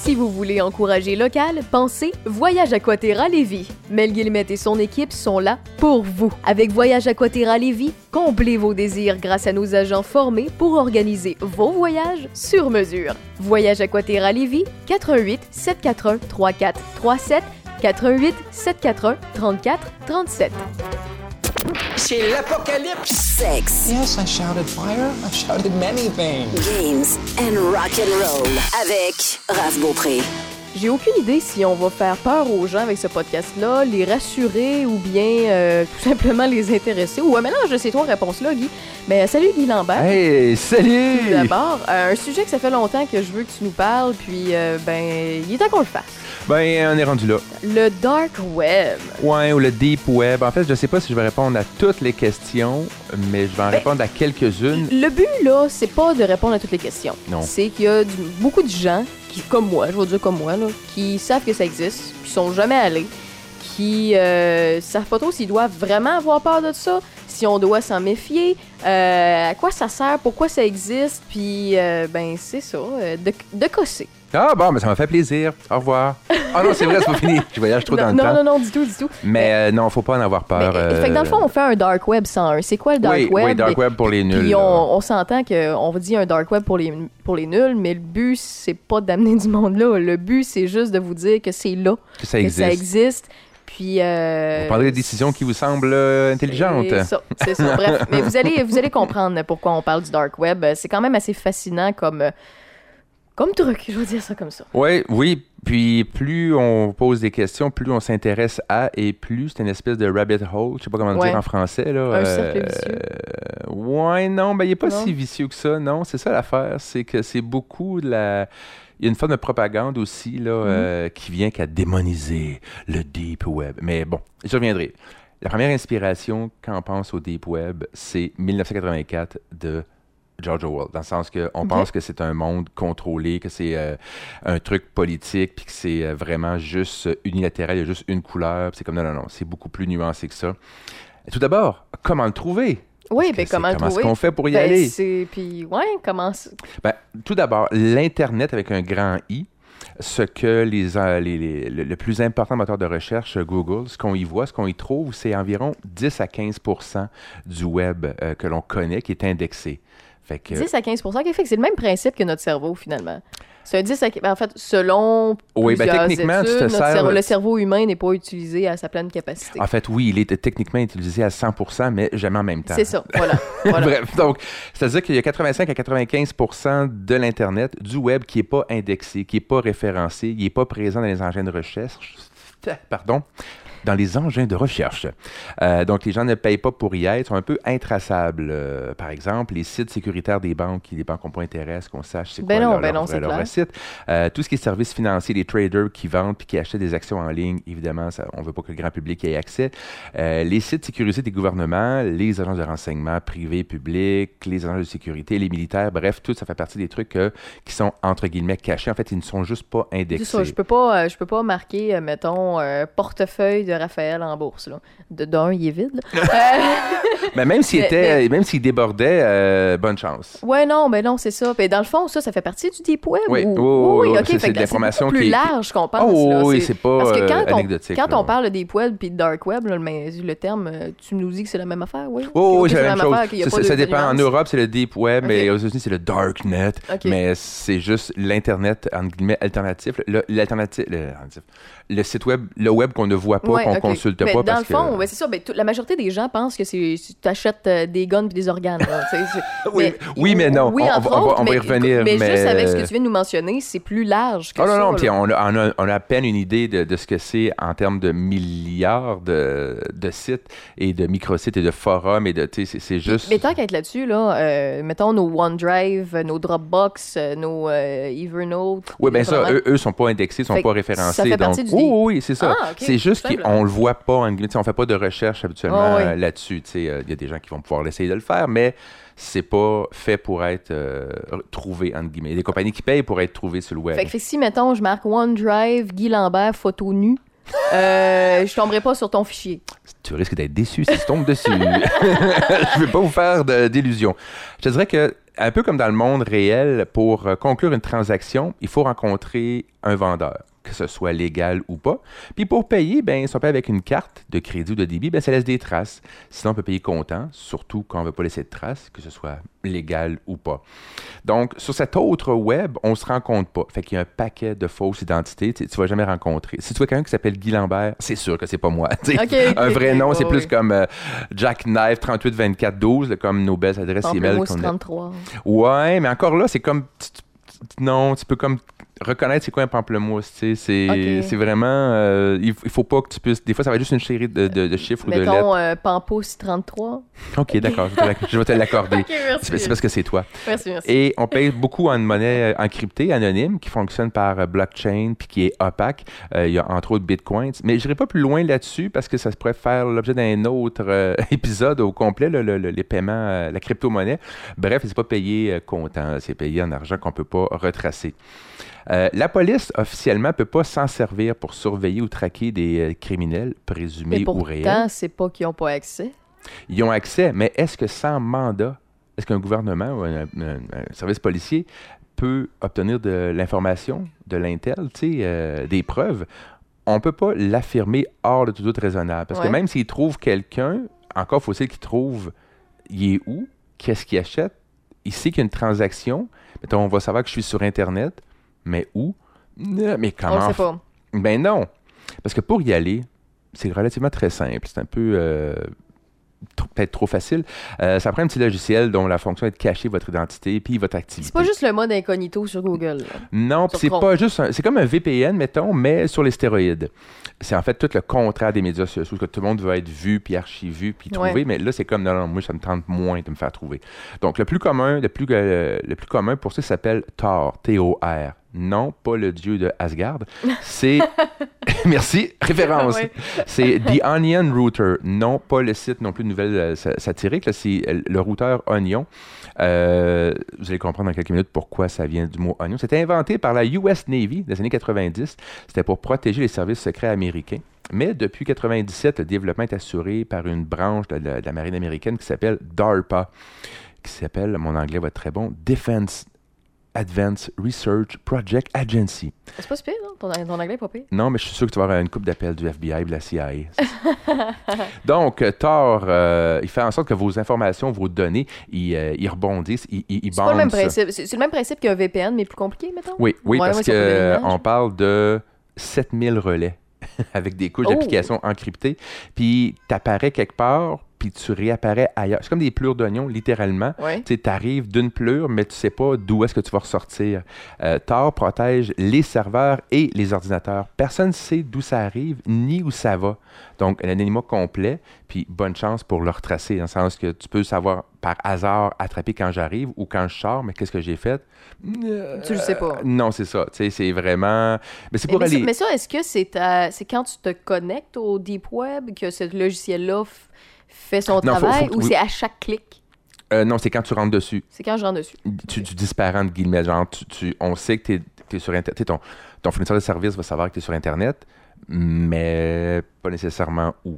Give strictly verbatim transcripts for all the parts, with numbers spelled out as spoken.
Si vous voulez encourager local, pensez Voyage Aquaterra Lévis. Mel Guillemette et son équipe sont là pour vous. Avec Voyage Aquaterra Lévis, comblez vos désirs grâce à nos agents formés pour organiser vos voyages sur mesure. Voyage Aquaterra Lévis, quatre un huit, sept quatre un, trois quatre trois sept, quatre un huit, sept quatre un, trente-quatre trente-sept. C'est l'apocalypse. Sex. Yes, I shouted fire. I shouted many things. Games and rock and roll avec Raph Beaupré. J'ai aucune idée si on va faire peur aux gens avec ce podcast-là, les rassurer ou bien euh, tout simplement les intéresser, ou un mélange de ces trois réponses-là, Guy. Mais salut Guy Lambert. Hey, salut! Tout d'abord, euh, un sujet que ça fait longtemps que je veux que tu nous parles, puis euh, ben, il est temps qu'on le fasse. Ben, on est rendu là. Le dark web. Ouais, ou le deep web. En fait, je sais pas si je vais répondre à toutes les questions, mais je vais en Ben, répondre à quelques-unes. Le but, là, c'est pas de répondre à toutes les questions. Non. C'est qu'il y a du- beaucoup de gens, qui, comme moi, je vais dire comme moi, là, qui savent que ça existe, puis sont jamais allés, qui euh, savent pas trop s'ils doivent vraiment avoir peur de ça, si on doit s'en méfier, euh, à quoi ça sert, pourquoi ça existe, puis, euh, ben, c'est ça, euh, de, de cosser. Ah bon, mais ça m'a fait plaisir. Au revoir. Ah non, c'est vrai, c'est pas fini. Je voyage trop non, dans le non, temps. non, non, du tout, du tout. Mais euh, non, faut pas en avoir peur. Mais, euh, fait que dans le fond, on fait un dark web cent un. C'est quoi le dark oui, web? oui, dark web pour les nuls. Puis là. on, on s'entend qu'on va dire un dark web pour les, pour les nuls, mais le but, c'est pas d'amener du monde là. Le but, c'est juste de vous dire que c'est là, Que ça que existe. ça existe. Puis... Euh, Vous prendrez des décisions qui vous semblent euh, intelligentes. C'est ça, c'est ça. Bref, mais vous allez, vous allez comprendre pourquoi on parle du dark web. C'est quand même assez fascinant comme, euh, comme truc, je vais dire ça comme ça. Ouais, oui, puis plus on pose des questions, plus on s'intéresse à, et plus c'est une espèce de rabbit hole, je sais pas comment le Ouais. dire en français. Là, Un cercle vicieux. euh, ouais, non, ben il est pas Non. si vicieux que ça, non, c'est ça l'affaire, c'est que c'est beaucoup de la... Il y a une forme de propagande aussi, là, Mm-hmm. euh, qui vient qu'à démoniser le deep web. Mais bon, j'y reviendrai. La première inspiration, quand on pense au deep web, c'est dix-neuf cent quatre-vingt-quatre de George Orwell, dans le sens qu'on Ok. pense que c'est un monde contrôlé, que c'est euh, un truc politique, puis que c'est euh, vraiment juste unilatéral, il y a juste une couleur, puis c'est comme non, non, non, c'est beaucoup plus nuancé que ça. Et tout d'abord, comment le trouver? Oui, Parce ben que comment c'est- le comment trouver? est-ce qu'on fait pour y Ben, aller? c'est... Puis, ouais, comment... c'est- Ben, tout d'abord, l'Internet avec un grand I, ce que les, euh, les- les- le, le plus important moteur de recherche, Google, ce qu'on y voit, ce qu'on y trouve, c'est environ dix à quinze pour cent du web euh, que l'on connaît qui est indexé. Fait que, dix à quinze pour cent, qui fait que c'est le même principe que notre cerveau, finalement. C'est un dix à quinze ben, en fait, selon Oui, ben, plusieurs techniquement, tu études, te notre sers- cerveau- le cerveau humain n'est pas utilisé à sa pleine capacité. en fait, oui, il est techniquement utilisé à cent pour cent, mais jamais en même temps. C'est ça, voilà. voilà. Bref, donc, c'est-à-dire qu'il y a quatre-vingt-cinq à quatre-vingt-quinze pour cent de l'Internet, du web, qui n'est pas indexé, qui n'est pas référencé, il n'est pas présent dans les engins de recherche. Pardon. Dans les engins de recherche. Euh, donc, les gens ne payent pas pour y être, sont un peu intraçables. Euh, par exemple, les sites sécuritaires des banques, qui les banques n'ont pas intérêt à ce qu'on sache c'est Ben quoi non, leur, ben leur- non, c'est leur clair. site. Euh, tout ce qui est services financiers, les traders qui vendent puis qui achètent des actions en ligne, évidemment, ça, on ne veut pas que le grand public y ait accès. Euh, les sites sécurisés des gouvernements, les agences de renseignement privés, publics, les agences de sécurité, les militaires, bref, tout ça fait partie des trucs euh, qui sont, entre guillemets, cachés. En fait, ils ne sont juste pas C'est indexés. ça, je peux pas, euh, je peux pas marquer, euh, mettons, euh, portefeuille de Raphaël en bourse. Là. De d'un, il est vide. Là. Euh, Mais même s'il Mais- était, mais- même s'il débordait, euh, bonne chance. ouais, non, mais non, c'est ça. Puis dans le fond, ça, ça fait partie du deep web. Oui, ou... oui, oui, oui, ok, c'est- fait c'est que de l'information beaucoup qui plus est- large qu'on pense. Oh, là. oui, c'est pas Parce que quand, euh, on, anecdotique. quand là. on parle de deep web puis de dark web, là, mais le terme, euh, tu nous dis que c'est la même affaire, oui? Oh, Ok, oui, c'est la même chose. affaire, qu'il y a Ça, pas ça de- de dépend. En nuance. Europe, c'est le deep web, Ok. mais aux États-Unis, c'est le darknet. Ok. Mais c'est juste l'Internet, entre guillemets, alternatif. Le, l'alternatif, le, le site web, le web qu'on ne voit pas, Ouais, qu'on ok. consulte Mais pas. dans parce le fond, que... ben, c'est ça. Ben, tout- la majorité des gens pensent que c'est tu achètes des guns puis des organes. là, tu sais, c'est- Oui, oui, mais non. Oui, On- on entre va- on va- autres, on va y mais- revenir, Mais, mais- juste avec ce que tu viens de nous mentionner, c'est plus large que Oh non, ça. non, là. puis on a, on, a, on a à peine une idée de, de ce que c'est en termes de milliards de, de sites et de microsites et de forums et de, tu sais, c'est, c'est juste... Mais tant qu'à être là-dessus, là, euh, mettons nos OneDrive, nos Dropbox, euh, nos euh, Evernote. Oui, bien ça, vraiment- eux, eux sont pas indexés, sont Fait pas que référencés. ça fait donc, partie du oui, deep. oui, oui, c'est ça. Ah, ok, c'est juste simple. qu'on le voit pas, en guillemets, tu sais, on fait pas de recherche habituellement Oh, oui. euh, là-dessus. Tu sais, il y a des gens qui vont pouvoir essayer de le faire, mais c'est pas fait pour être euh, trouvé, entre guillemets. Il y a des compagnies qui payent pour être trouvées sur le web. Fait que, fait que si, mettons, je marque OneDrive, Guy Lambert, photo nue, Euh, je tomberai pas sur ton fichier. Tu risques d'être déçu si tu tombes dessus. Je ne vais pas vous faire de, d'illusions. Je te dirais que, un peu comme dans le monde réel, pour conclure une transaction, il faut rencontrer un vendeur, que ce soit légal ou pas. Puis pour payer, ben, si on paye avec une carte de crédit ou de débit, ben, ça laisse des traces. Sinon, on peut payer comptant, surtout quand on ne veut pas laisser de traces, que ce soit légal ou pas. Donc, sur cet autre web, on ne se rencontre pas. Fait qu'il y a un paquet de fausses identités. Tu ne vas jamais rencontrer. Si tu vois quelqu'un qui s'appelle Guy Lambert, c'est sûr que c'est pas moi. Okay, okay, un vrai okay, nom, okay, c'est oh, plus oui. comme euh, Jack Knife trente-huit vingt-quatre douze, comme nos belles adresses email. Qu'on trente-trois. A. Ouais, mais encore là, c'est comme... Non, tu peux comme reconnaître c'est quoi un pamplemousse, tu sais, c'est, okay. c'est vraiment, euh, il, il faut pas que tu puisses, des fois ça va être juste une série de, de, de chiffres Mettons, ou de lettres. Mettons euh, Pampousse trente-trois. Ok, d'accord, je vais te, je vais te l'accorder. Okay, merci. C'est, c'est parce que c'est toi. Merci, merci. Et on paye beaucoup en monnaie encryptée, anonyme, qui fonctionne par euh, blockchain puis qui est opaque. Euh, il y a entre autres Bitcoin, mais je n'irai pas plus loin là-dessus parce que ça pourrait faire l'objet d'un autre euh, épisode au complet, le, le, le, les paiements, euh, la crypto-monnaie. Bref, c'est pas payé euh, comptant, c'est payé en argent qu'on peut pas retracer. Euh, la police, officiellement, ne peut pas s'en servir pour surveiller ou traquer des euh, criminels présumés mais ou réels. Pourtant, c'est pas qu'ils n'ont pas accès. Ils ont accès, mais est-ce que sans mandat, est-ce qu'un gouvernement ou un, un, un service policier peut obtenir de l'information, de l'intel, tu sais, euh, des preuves? On ne peut pas l'affirmer hors de tout doute raisonnable. Parce ouais. que même s'il trouve quelqu'un, encore faut-il qu'il trouve il est où, qu'est-ce qu'il achète, il sait qu'il y a une transaction. Mettons, on va savoir que je suis sur Internet. Mais où? Mais comment? On ne sait pas. Ben non. Parce que pour y aller, c'est relativement très simple. C'est un peu euh, trop, peut-être trop facile. Euh, ça prend un petit logiciel dont la fonction est de cacher votre identité puis votre activité. C'est pas juste le mode incognito sur Google. Là. Non, puis c'est Chrome. Pas juste un, c'est comme un V P N, mettons, mais sur les stéroïdes. C'est en fait tout le contraire des médias sociaux, que tout le monde veut être vu, puis archivé, puis trouvé, ouais. mais là, c'est comme, non, non, moi, ça me tente moins de me faire trouver. Donc, le plus commun, le plus, euh, le plus commun pour ça, ça s'appelle Tor, T O R. Non, pas le dieu de Asgard. C'est... Merci, référence. Oui. C'est The Onion Router. Non, pas le site non plus de nouvelles euh, satiriques. Là, c'est le routeur Onion. Euh, vous allez comprendre dans quelques minutes pourquoi ça vient du mot Onion. C'était inventé par la U S Navy des années quatre-vingt-dix. C'était pour protéger les services secrets américains. Mais depuis quatre-vingt-dix-sept, le développement est assuré par une branche de la, de la marine américaine qui s'appelle DARPA, qui s'appelle, mon anglais va être très bon, Defense Advanced Research Project Agency. C'est pas si pire, non? Ton, ton anglais n'est pas pire? Non, mais je suis sûr que tu vas avoir une couple d'appels du F B I et de la C I A. Donc, Tor, euh, il fait en sorte que vos informations, vos données, ils, euh, ils rebondissent, ils, ils, ils c'est bandent. Pas le même principe. C'est, c'est le même principe qu'un V P N, mais plus compliqué, mettons? Oui, oui, ouais, parce ouais, qu'on parle de sept mille relais avec des couches oh. d'applications encryptées. Puis, tu apparais quelque part, puis tu réapparais ailleurs. C'est comme des plures d'oignons, littéralement. Ouais. Tu arrives d'une pleure, mais tu ne sais pas d'où est-ce que tu vas ressortir. Euh, Tor protège les serveurs et les ordinateurs. Personne ne sait d'où ça arrive, ni où ça va. Donc, un anonymat complet, puis bonne chance pour le retracer, dans le sens que tu peux savoir par hasard attraper quand j'arrive ou quand je sors, mais qu'est-ce que j'ai fait? Euh, tu le sais pas. Non, c'est ça. Tu sais, c'est vraiment... Mais c'est pour mais, aller... mais ça, est-ce que c'est, ta... c'est quand tu te connectes au Deep Web que ce logiciel-là f... fait son non, travail faut, faut, ou oui. c'est à chaque clic? Euh, non, c'est quand tu rentres dessus. C'est quand je rentre dessus. Tu, tu disparais, entre guillemets. Genre, tu, tu, on sait que tu es sur Internet. Ton, ton fournisseur de service va savoir que tu es sur Internet, mais pas nécessairement où.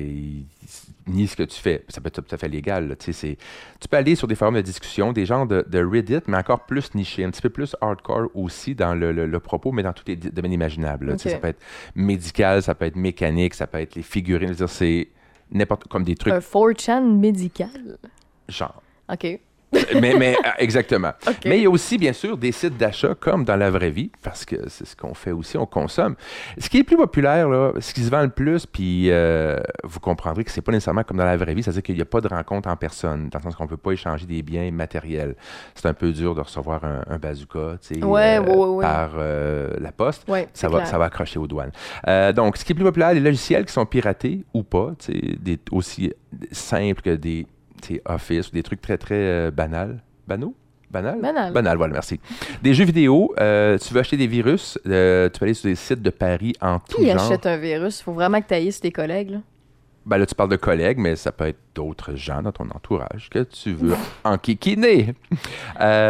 Ni ce que tu fais. Ça peut être tout à fait légal. C'est, tu peux aller sur des forums de discussion, des genres de, de Reddit, mais encore plus nichés, un petit peu plus hardcore aussi dans le, le, le propos, mais dans tous les domaines imaginables. Okay. Ça peut être médical, ça peut être mécanique, ça peut être les figurines. Je veux dire, c'est n'importe comme des trucs. Un four chan médical? Genre. OK. mais, mais exactement. Okay. Mais il y a aussi, bien sûr, des sites d'achat comme dans la vraie vie, parce que c'est ce qu'on fait aussi, on consomme. Ce qui est plus populaire, là, ce qui se vend le plus, puis euh, vous comprendrez que c'est pas nécessairement comme dans la vraie vie, c'est-à-dire qu'il n'y a pas de rencontre en personne, dans le sens qu'on ne peut pas échanger des biens matériels. C'est un peu dur de recevoir un, un bazooka, tu sais, ouais, euh, ouais, ouais, par euh, la poste. Ouais, ça, va, ça va accrocher aux douanes. Euh, donc, ce qui est plus populaire, les logiciels qui sont piratés ou pas, tu sais, des, aussi simples que des Office ou des trucs très, très euh, banals. Banaux? Banal? Banal. Banal, voilà, merci. Des jeux vidéo, euh, tu veux acheter des virus, euh, tu peux aller sur des sites de paris en tout Qui genre. Qui achète un virus? Il faut vraiment que tu ailles sur tes collègues, là. Ben là, tu parles de collègues, mais ça peut être d'autres gens dans ton entourage que tu veux enquiquiner. Euh,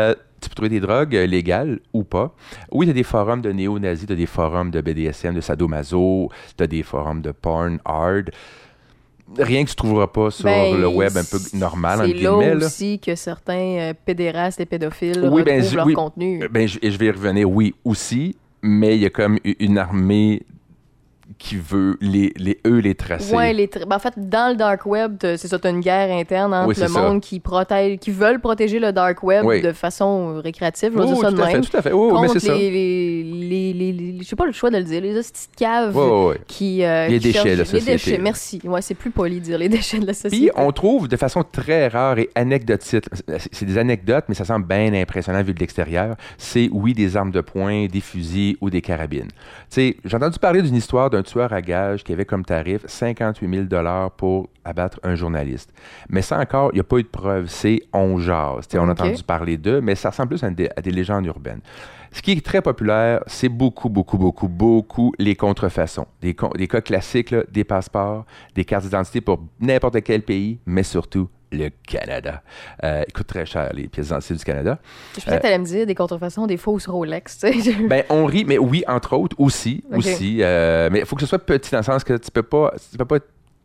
tu peux trouver des drogues euh, légales ou pas. Oui, tu as des forums de néo-nazis, tu as des forums de B D S M, de sadomaso, tu as des forums de porn hard. Rien que tu ne trouveras pas sur Ben, le web un peu normal, entre C'est là guillemets. Là. aussi que certains euh, pédérastes et pédophiles Oui, retrouvent ben, je- leur oui. contenu. Ben, je, et je vais y revenir, oui, aussi, mais il y a comme u- une armée qui veut les, les, eux les tracer. Ouais, les tra- ben, en fait, dans le dark web, t'as- c'est ça, t'as une guerre interne entre Oui, c'est le ça. monde qui protège, qui veulent protéger le dark web Oui. de façon récréative, je vais Oui, dire ça de tout à fait, même. tout à fait. Oui, oui, mais contre c'est ça. les, les, les, les, les- j'ai pas le choix de le dire, les hosties de caves Oui, oui, oui. qui, euh, Les qui déchets cherchent- de la Les société. déchets, merci. Ouais, c'est plus poli de dire les déchets de la Puis, société. on trouve de façon très rare et anecdotique, c'est des anecdotes, mais ça semble bien impressionnant vu de l'extérieur, c'est, oui, des armes de poing, des fusils ou des carabines. Tu sais, j'ai entendu parler d'une histoire d'un tueur à gages qui avait comme tarif cinquante-huit mille dollars pour abattre un journaliste. Mais ça encore, il n'y a pas eu de preuve, c'est on jase. Tu sais, on a Ok. entendu parler d'eux, mais ça ressemble plus à des, à des légendes urbaines. Ce qui est très populaire, c'est beaucoup, beaucoup, beaucoup, beaucoup les contrefaçons. Des, con- des cas classiques, là, des passeports, des cartes d'identité pour n'importe quel pays, mais surtout le Canada. Euh, il coûte très cher, les pièces d'identité du Canada. Je pensais que t'allais me dire des contrefaçons, des fausses Rolex, tu sais. Ben, on rit, mais oui, entre autres, aussi. Ok. aussi euh, mais il faut que ce soit petit dans le sens que tu peux pas... Tu peux pas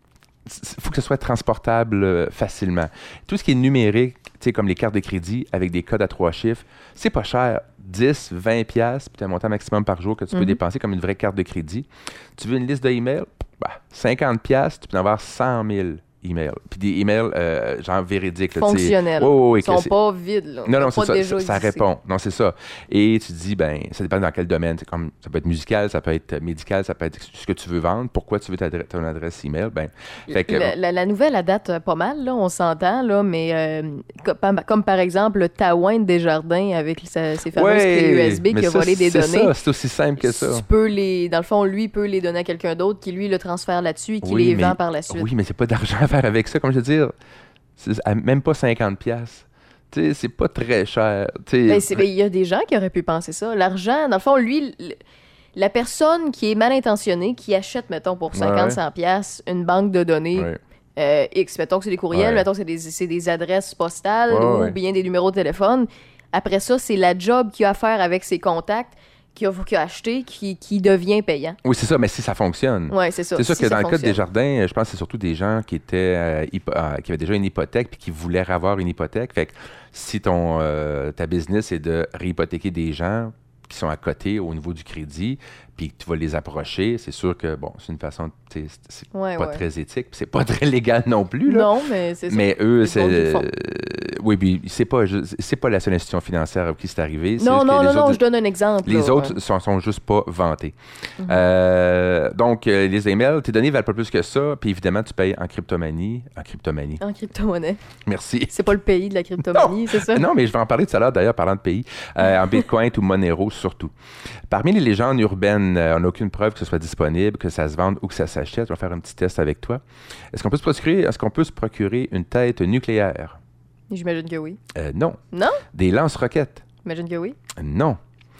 il faut que ce soit transportable euh, facilement. Tout ce qui est numérique, tu sais, comme les cartes de crédit avec des codes à trois chiffres, c'est pas cher. dix, vingt piastres, puis tu as un montant maximum par jour que tu peux Mhm. dépenser comme une vraie carte de crédit. Tu veux une liste d'emails? Bah, cinquante piastres, tu peux en avoir cent mille emails. Puis des emails euh, genre véridiques. là, tu sais. Fonctionnels. Ouais, ouais, ouais, Ils sont que c'est- pas vides, là. non, non, Pas c'est ça, déjà ça, ça existé. répond. Non, c'est ça. Et tu te dis, ben, ça dépend dans quel domaine. C'est comme, ça peut être musical, ça peut être médical, ça peut être ce que tu veux vendre. Pourquoi tu veux ta adre- ton adresse email? Ben, fait que, La, la- la nouvelle, elle date euh, pas mal, là, on s'entend, là, mais euh, comme, comme par exemple le Taouin de Desjardins avec sa- ses fameuses ouais, clés U S B mais qui a ça, volé des c'est données. ça, c'est aussi simple que ça. Tu peux les, dans le fond, lui peut les donner à quelqu'un d'autre qui, lui, le transfère là-dessus et qui Oui, les mais- vend par la suite. Oui, mais c'est pas d'argent à faire avec ça, comme je veux dire. C'est à même pas cinquante piastres. Tu sais, c'est pas très cher. Tu sais, Ben, c'est- ben, il y a des gens qui auraient pu penser ça. L'argent, dans le fond, lui, l- la personne qui est mal intentionnée, qui achète, mettons, pour cinquante Ouais. cent piastres, une banque de données ouais. euh, X, mettons que c'est des courriels, Ouais. mettons que c'est des, c'est des adresses postales Ouais, ou ouais. bien des numéros de téléphone. Après ça, c'est la job qu'il a à faire avec ses contacts qu'il a, qu'il a acheté qui, qui devient payant. Oui, c'est ça, mais si ça fonctionne. Ouais, c'est ça. C'est sûr Si que ça dans le cas fonctionne. des jardins, je pense que c'est surtout des gens qui étaient euh, hypo- euh, qui avaient déjà une hypothèque puis qui voulaient avoir une hypothèque. Fait que si ton euh, ta business est de réhypothéquer des gens qui sont à côté au niveau du crédit, puis que tu vas les approcher, c'est sûr que bon, c'est une façon, tu sais, c'est c'est Ouais, pas ouais. très éthique, puis c'est pas très légal non plus là. Non, mais c'est ça. Mais eux, C'est bon qu'ils c'est font. euh, oui, puis c'est pas ju- c'est pas la seule institution financière à qui c'est arrivé. c'est Non, juste que non, les non, non, autres- je donne un exemple. les là. autres sont, sont juste pas vantés. Mhm. Euh, donc, euh, les emails, tes données valent pas plus que ça. Puis évidemment, tu payes en cryptomanie. En cryptomanie. En crypto-monnaie. Merci. C'est pas le pays de la cryptomanie, c'est ça? Non, mais je vais en parler tout à l'heure, d'ailleurs, parlant de pays. Euh, en Bitcoin ou Monero, surtout. Parmi les légendes urbaines, euh, on n'a aucune preuve que ce soit disponible, que ça se vende ou que ça s'achète. On va faire un petit test avec toi. Est-ce qu'on peut se procurer, est-ce qu'on peut se procurer une tête nucléaire? J'imagine que oui. Euh, non. Non? Des lance-roquettes? J'imagine que oui. Euh, non. Non,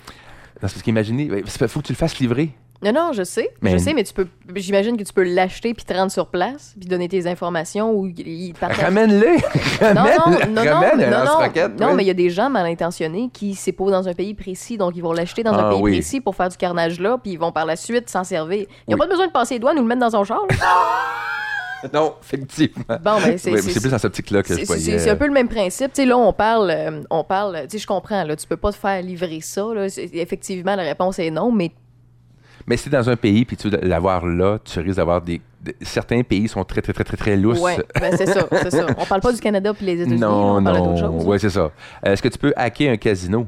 c'est parce qu'imaginez, il faut que tu le fasses livrer. Non, non, je sais. Mais- Je sais, mais tu peux. J'imagine que tu peux l'acheter puis te rendre sur place puis donner tes informations ou il il te partage. Ramène-le! Non, Ramène, non, non, non, ramène mais un non, non, lance-roquette, non, oui. mais il y a des gens mal intentionnés qui, c'est pas dans un pays précis, donc ils vont l'acheter dans un Ah, pays oui. précis pour faire du carnage là, puis ils vont par la suite s'en servir. Il n'y a Oui. pas besoin de passer les douanes ou le mettre dans son char. là. Non, effectivement. Bon, ben, c'est- Oui, c'est- c'est plus dans cette optique-là que C'est je c'est- voyais. c'est un peu le même principe. Tu sais, là, on parle, euh, on parle. Tu sais, je comprends. Là, tu peux pas te faire livrer ça. Là. C'est- Effectivement, la réponse est non, mais Mais si dans un pays, puis tu veux l'avoir là, tu risques d'avoir des... de- certains pays sont très, très, très, très, très lousses. ouais, ben, c'est ça, c'est ça. On parle pas du Canada puis les États-Unis. Non, on parle d'autre non. chose. Oui, c'est ça. Euh, Est-ce que tu peux hacker un casino?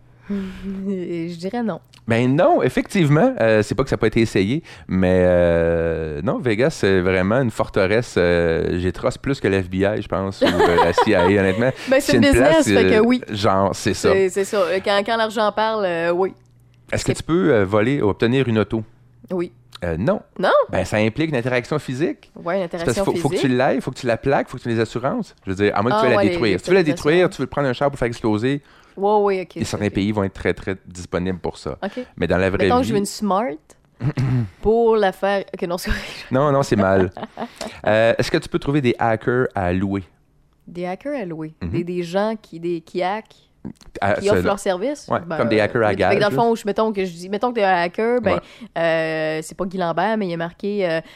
Je dirais non. Ben non, effectivement. Euh, c'est pas que ça n'a pas été essayé, mais euh, non, Vegas, c'est vraiment une forteresse. Euh, J'ai trosse plus que l'F B I, je pense, ou euh, la C I A, honnêtement. Ben, c'est une business, fait que oui. Genre, c'est ça. C'est c'est ça. Quand, quand l'argent parle, euh, oui. Est-ce que tu peux euh, voler ou obtenir une auto? Oui. Euh, non. Non? Ben, ça implique une interaction physique. Ouais, une C'est parce interaction qu'il faut, faut que tu physique. l'ailles, il faut que tu la plaques, il faut que tu aies les assurances. Je veux dire, à moins que Ah, tu veuilles ouais, la les- détruire. les si tu veux la petites détruire, assurances. tu veux prendre un char pour faire exploser, Ouais, ouais, ok. et certains ok. pays vont être très, très disponibles pour ça. OK. Mais dans la vraie Mettons que vie... je veux une Smart pour la faire. Ok, non, c'est vrai. Non, non, c'est mal. Euh, est-ce que tu peux trouver des hackers à louer? Des hackers à louer. Mhm. des, des gens qui, des, qui hackent À, qui offrent ça, leur service. Ouais, ben, comme des hackers à fait que gage. Dans le fond, je, mettons que je dis, mettons que t'es un hacker, ben, Ouais. euh, c'est pas Guy Lambert, mais il est marqué euh,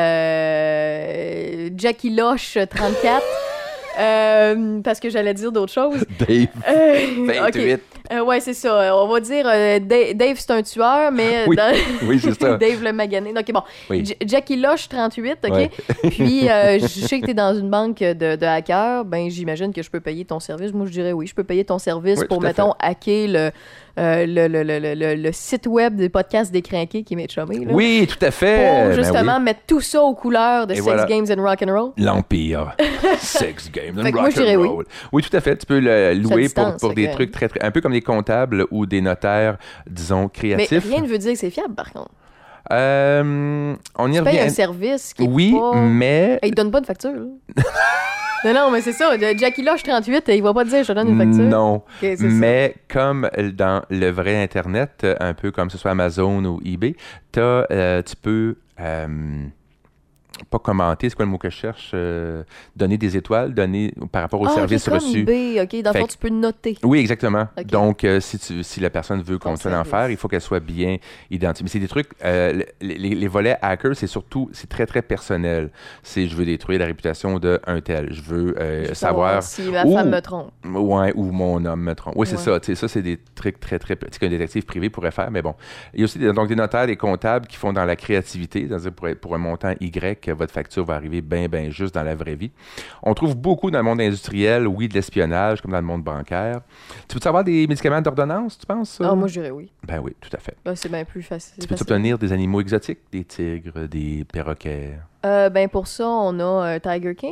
euh, Jackie Loche trente-quatre. euh, parce que j'allais dire d'autres choses. Dave, Euh, vingt-huit. ok. Euh, ouais, c'est ça. On va dire euh, Dave, Dave, c'est un tueur, mais... Oui, dans... oui, c'est ça. Dave le magané. OK, bon. Oui. J- Jackie Loche, trente-huit, OK? Ouais. Puis, euh, je sais que tu es dans une banque de, de hackers. Ben, j'imagine que je peux payer ton service. Moi, je dirais oui, je peux payer ton service Oui, pour, tout à mettons, hacker le, euh, le, le, le, le, le, le site web des podcasts décrinqués qui m'est chômé. Là, Oui, tout à fait. pour Ben justement oui. mettre tout ça aux couleurs de Et Sex voilà. Games and Rock'n'Roll. L'Empire. Sex Games and Fait que moi, je dirais oui. Rock'n'Roll. Oui, tout à fait. Tu peux le louer distance, pour, pour fait des que- trucs très, très... Un peu comme des comptables ou des notaires, disons, Mais créatifs. rien ne veut dire que c'est fiable, par contre. Euh, on y Tu payes un revient. service qui est Oui, pas... mais... Hey, il donne pas de facture, là. non, non, mais c'est ça. de Jackie Loche, trente-huit, il va pas te dire je te donne une facture. Non. Ok, c'est ça. Mais comme dans le vrai Internet, un peu comme ce soit Amazon ou eBay, t'as, euh, tu peux... euh, pas commenter, c'est quoi le mot que je cherche? Euh, donner des étoiles, donner par rapport au ah, service ok, comme reçu. eBay, OK. Dans le Fait fond, que- tu peux noter. Oui, exactement. Ok. Donc, euh, si, tu, si la personne veut Ton continuer d'en service. faire, il faut qu'elle soit bien identifiée. Mais c'est des trucs, euh, les, les- les volets hacker, c'est surtout, c'est très, très personnel. C'est, je veux détruire la réputation d'un tel. Je veux euh, Je veux savoir... si ma Ouh. femme me trompe. Ouais, ou mon homme me trompe. Oui, c'est Ouais. ça. Tu sais, ça, c'est des trucs très, très petits qu'un détective privé pourrait faire. Mais bon, il y a aussi des, donc, des notaires, des comptables qui font dans la créativité. C'est-à-dire, pour, pour un montant Y, votre facture va arriver bien, bien juste dans la vraie vie. On trouve beaucoup dans le monde industriel, oui, de l'espionnage, comme dans le monde bancaire. Tu peux savoir des médicaments d'ordonnance, tu penses? Ah, moi, je dirais oui. Ben oui, tout à fait. Ben, c'est bien plus facile. Tu peux obtenir des animaux exotiques, des tigres, des perroquets. Euh, ben, pour ça, on a euh, Tiger King.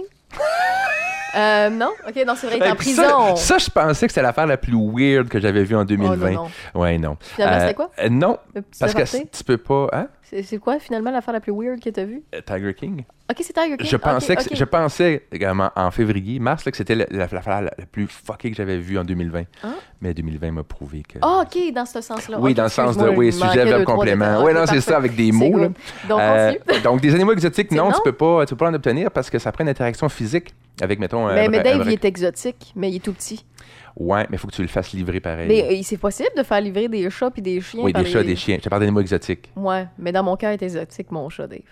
euh, non? OK, non, c'est vrai, il est en Hey, puis prison. Ça, ça, je pensais que c'était l'affaire la plus weird que j'avais vue en deux mille vingt. Oh, non, non. Ouais, non. Finalement, Euh, c'était quoi? euh, non, Le petit parce que aparté? tu peux pas... Hein? C'est c'est quoi, finalement, l'affaire la plus weird que t'as vue? Euh, Tiger King? OK, c'est Tiger King. Je pensais, Ok, que, c'est- ok. je pensais également en février, mars, là, que c'était la- la- l'affaire la, la plus fuckée que j'avais vue en deux mille vingt. Hein? Mais deux mille vingt m'a prouvé que... Ah, OK, dans ce sens-là. Oui, Ok, dans le sens de, excuse-moi, oui, il manquait sujet, deux, verbe, trois complément. détails. Oui, Ok, non, c'est parfait. ça, avec des C'est mots. Là. good. Donc, Euh, continue. donc, des animaux exotiques, C'est non, non? tu peux pas, tu peux pas en obtenir parce que ça prend une interaction physique avec, mettons, un Mais, mais vrai- un Dave, vrai- il est exotique, mais il est tout petit. Ouais, mais il faut que tu le fasses livrer pareil. Mais euh, c'est possible de faire livrer des chats puis des chiens oui, par des chats, les- des chiens. Je te parle d'animaux exotiques. Ouais, mais dans mon cœur, il est exotique, mon chat, Dave.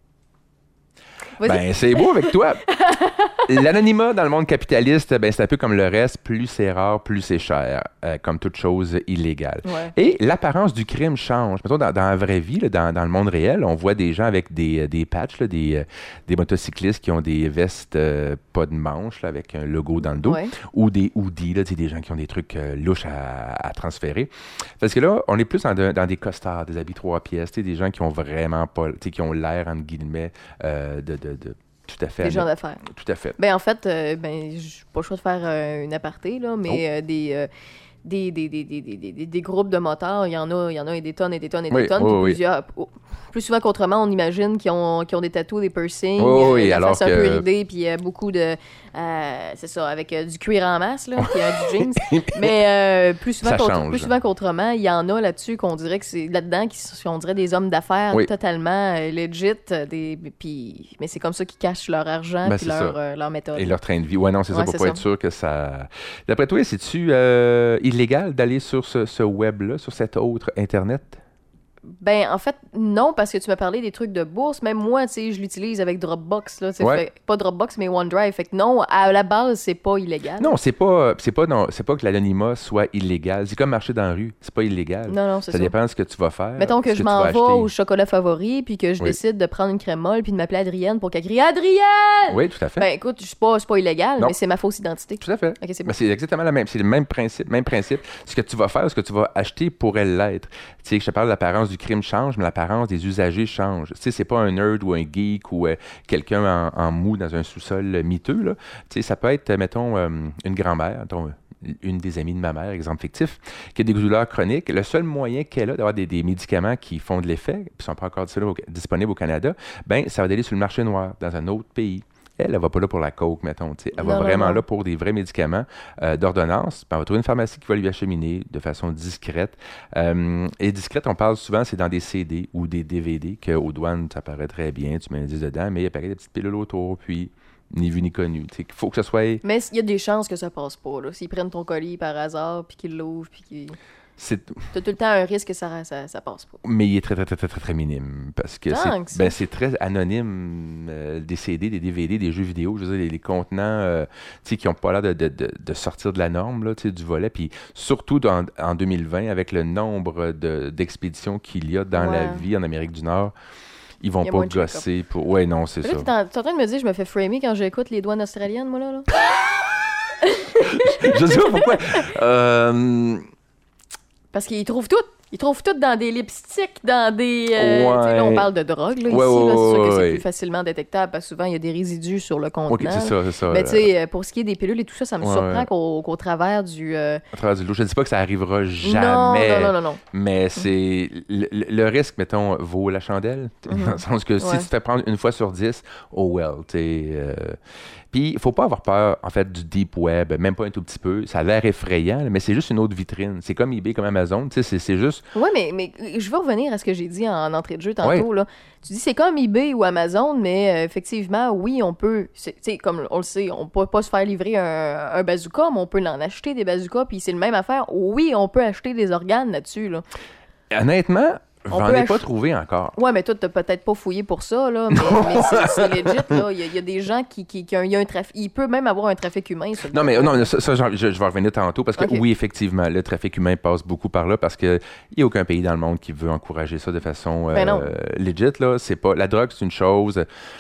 Vas-y. Ben, c'est beau avec toi. L'anonymat dans le monde capitaliste, ben, c'est un peu comme le reste. Plus c'est rare, plus c'est cher, euh, comme toute chose illégale. Ouais. Et l'apparence du crime change. Mettons, dans, dans la vraie vie, là, dans, dans le monde réel, on voit des gens avec des, euh, des patchs, là, des, euh, des motocyclistes qui ont des vestes euh, pas de manches, là, avec un logo dans le dos, Ouais. ou des hoodies, là, tu sais, des gens qui ont des trucs euh, louches à, à transférer. Parce que là, on est plus dans, de- dans des costards, des habits trois pièces, tu sais, des gens qui ont vraiment pas, tu sais, qui ont l'air, entre guillemets, euh, de, de, de... Tout à fait. Des gens d'affaires. Tout à fait. Ben, en fait, euh, ben, j'ai pas le choix de faire euh, une aparté, là, mais Oh. euh, des, euh, des, des, des, des, des, des, des groupes de motards, il y en a, il y en a des tonnes et des tonnes et Oui, des tonnes. oui, puis oui. plusieurs, oh, plus souvent qu'autrement, on imagine qu'ils ont, qu'ils ont des tatous, des piercings, Oui, oui, euh, la alors face un que- peu ridée, puis euh, beaucoup de... euh, c'est ça, avec euh, du cuir en masse, là, puis euh, du jeans. Mais euh, plus, souvent Ça qu'autre- change. plus souvent qu'autrement, il y en a là-dessus qu'on dirait que c'est là-dedans, qui sont- on dirait des hommes d'affaires Oui. totalement euh, legit, euh, des, puis, mais c'est comme ça qu'ils cachent leur argent Ben, puis c'est leur, ça. euh, leur méthode. Et leur train de vie. Ouais, non, c'est Ouais, ça, pour c'est pas ça. être sûr que ça... D'après toi, c'est-tu euh, illégal d'aller sur ce, ce web-là, sur cet autre Internet? Ben, en fait, non, parce que tu m'as parlé des trucs de bourse. Même moi, tu sais, je l'utilise avec Dropbox, là. tu sais, Ouais. fait- pas Dropbox, mais OneDrive. Fait que non, à la base, c'est pas illégal. Non, c'est pas, c'est pas, non, c'est pas que l'anonymat soit illégal. C'est comme marcher dans la rue. C'est pas illégal. Non, non, c'est Ça ça. dépend de ce que tu vas faire. Mettons que ce je tu m'en vas vais acheter. au chocolat favori, puis que je Oui. décide de prendre une crème molle, puis de m'appeler Adrienne pour qu'elle crie Adrienne! Oui, tout à fait. Ben, écoute, c'est pas, c'est pas illégal, Non. mais c'est ma fausse identité. Tout à fait. Ok, c'est bon. Ben, c'est exactement la même. C'est le même principe. Même principe. Ce que tu vas faire, ce que tu vas acheter pourrait l'être. Tu sais, je te parle de l'apparence du crime change, mais l'apparence des usagers change. Tu sais, c'est pas un nerd ou un geek ou euh, quelqu'un en, en mou dans un sous-sol euh, miteux, là. Tu sais, ça peut être, euh, mettons, euh, une grand-mère, mettons, euh, une des amies de ma mère, exemple fictif, qui a des douleurs chroniques. Le seul moyen qu'elle a d'avoir des, des médicaments qui font de l'effet, qui sont pas encore disponibles au, disponibles au Canada, ben, ça va aller sur le marché noir, dans un autre pays. Elle, elle va pas là pour la coke, mettons. tu sais. Elle va Non, non, vraiment non. là pour des vrais médicaments euh, d'ordonnance. Puis elle va trouver une pharmacie qui va lui acheminer de façon discrète. Euh, et discrète, on parle souvent, c'est dans des C D ou des D V D, qu'aux douanes, ça paraît très bien, tu mets un disque dedans, mais il y a pareil des petites pilules autour, puis ni vu ni connu. Il faut que ce soit... Mais il y a des chances que ça passe pas. Là. S'ils prennent ton colis par hasard, puis qu'ils l'ouvrent, puis qu'ils... C'est... T'as tout le temps un risque que ça, ça, ça passe pas. Mais il est très, très, très, très, très, très minime. Parce que Thanks. c'est, ben, c'est très anonyme, euh, des C D, des D V D, des jeux vidéo, je veux dire, les, les contenants euh, qui n'ont pas l'air de, de, de, de sortir de la norme, là, du volet. Puis surtout dans, en deux mille vingt, avec le nombre de, d'expéditions qu'il y a dans ouais. la vie en Amérique du Nord, ils vont pas gosser pour... Ouais, non, c'est là, ça. T'es en, t'es en train de me dire que je me fais framer quand j'écoute les douanes australiennes, moi, là? là? Je sais pas pourquoi. Euh... Parce qu'ils trouvent tout. Ils trouvent tout dans des lipsticks, dans des... Euh, ouais. Là, on parle de drogue, là, ouais, ici. Ouais, là, c'est sûr ouais, que c'est ouais. plus facilement détectable parce que souvent, il y a des résidus sur le contenant. OK, c'est ça, c'est ça. Mais tu sais, pour ce qui est des pilules et tout ça, ça me ouais, surprend ouais. Qu'au, qu'au travers du... Euh... À travers du lot. Je ne dis pas que ça arrivera jamais. Non, non, non, non. non. Mais c'est... Le, le risque, mettons, vaut la chandelle. Mm-hmm. Dans le sens que si ouais. tu te fais prendre une fois sur dix, oh well, tu sais... Euh... Puis, il ne faut pas avoir peur, en fait, du deep web, même pas un tout petit peu. Ça a l'air effrayant, mais c'est juste une autre vitrine. C'est comme eBay, comme Amazon, tu sais, c'est, c'est juste... Oui, mais, mais je veux revenir à ce que j'ai dit en entrée de jeu tantôt, ouais. là. Tu dis c'est comme eBay ou Amazon, mais euh, effectivement, oui, on peut... Tu sais, comme on le sait, on peut pas se faire livrer un, un bazooka, mais on peut en acheter des bazookas, puis c'est le même affaire. Oui, on peut acheter des organes là-dessus, là. Honnêtement... On J'en ai ach... pas trouvé encore. Ouais, mais toi, t'as peut-être pas fouillé pour ça, là. Mais, mais c'est, c'est legit, là. Il y, a, il y a des gens qui... qui, qui ont, il y a un trafic... Il peut même avoir un trafic humain. Sur non, mais non, ça, ça je, je vais revenir tantôt parce que okay. oui, effectivement, le trafic humain passe beaucoup par là parce qu'il n'y a aucun pays dans le monde qui veut encourager ça de façon euh, ben legit, là. C'est pas... La drogue, c'est une chose...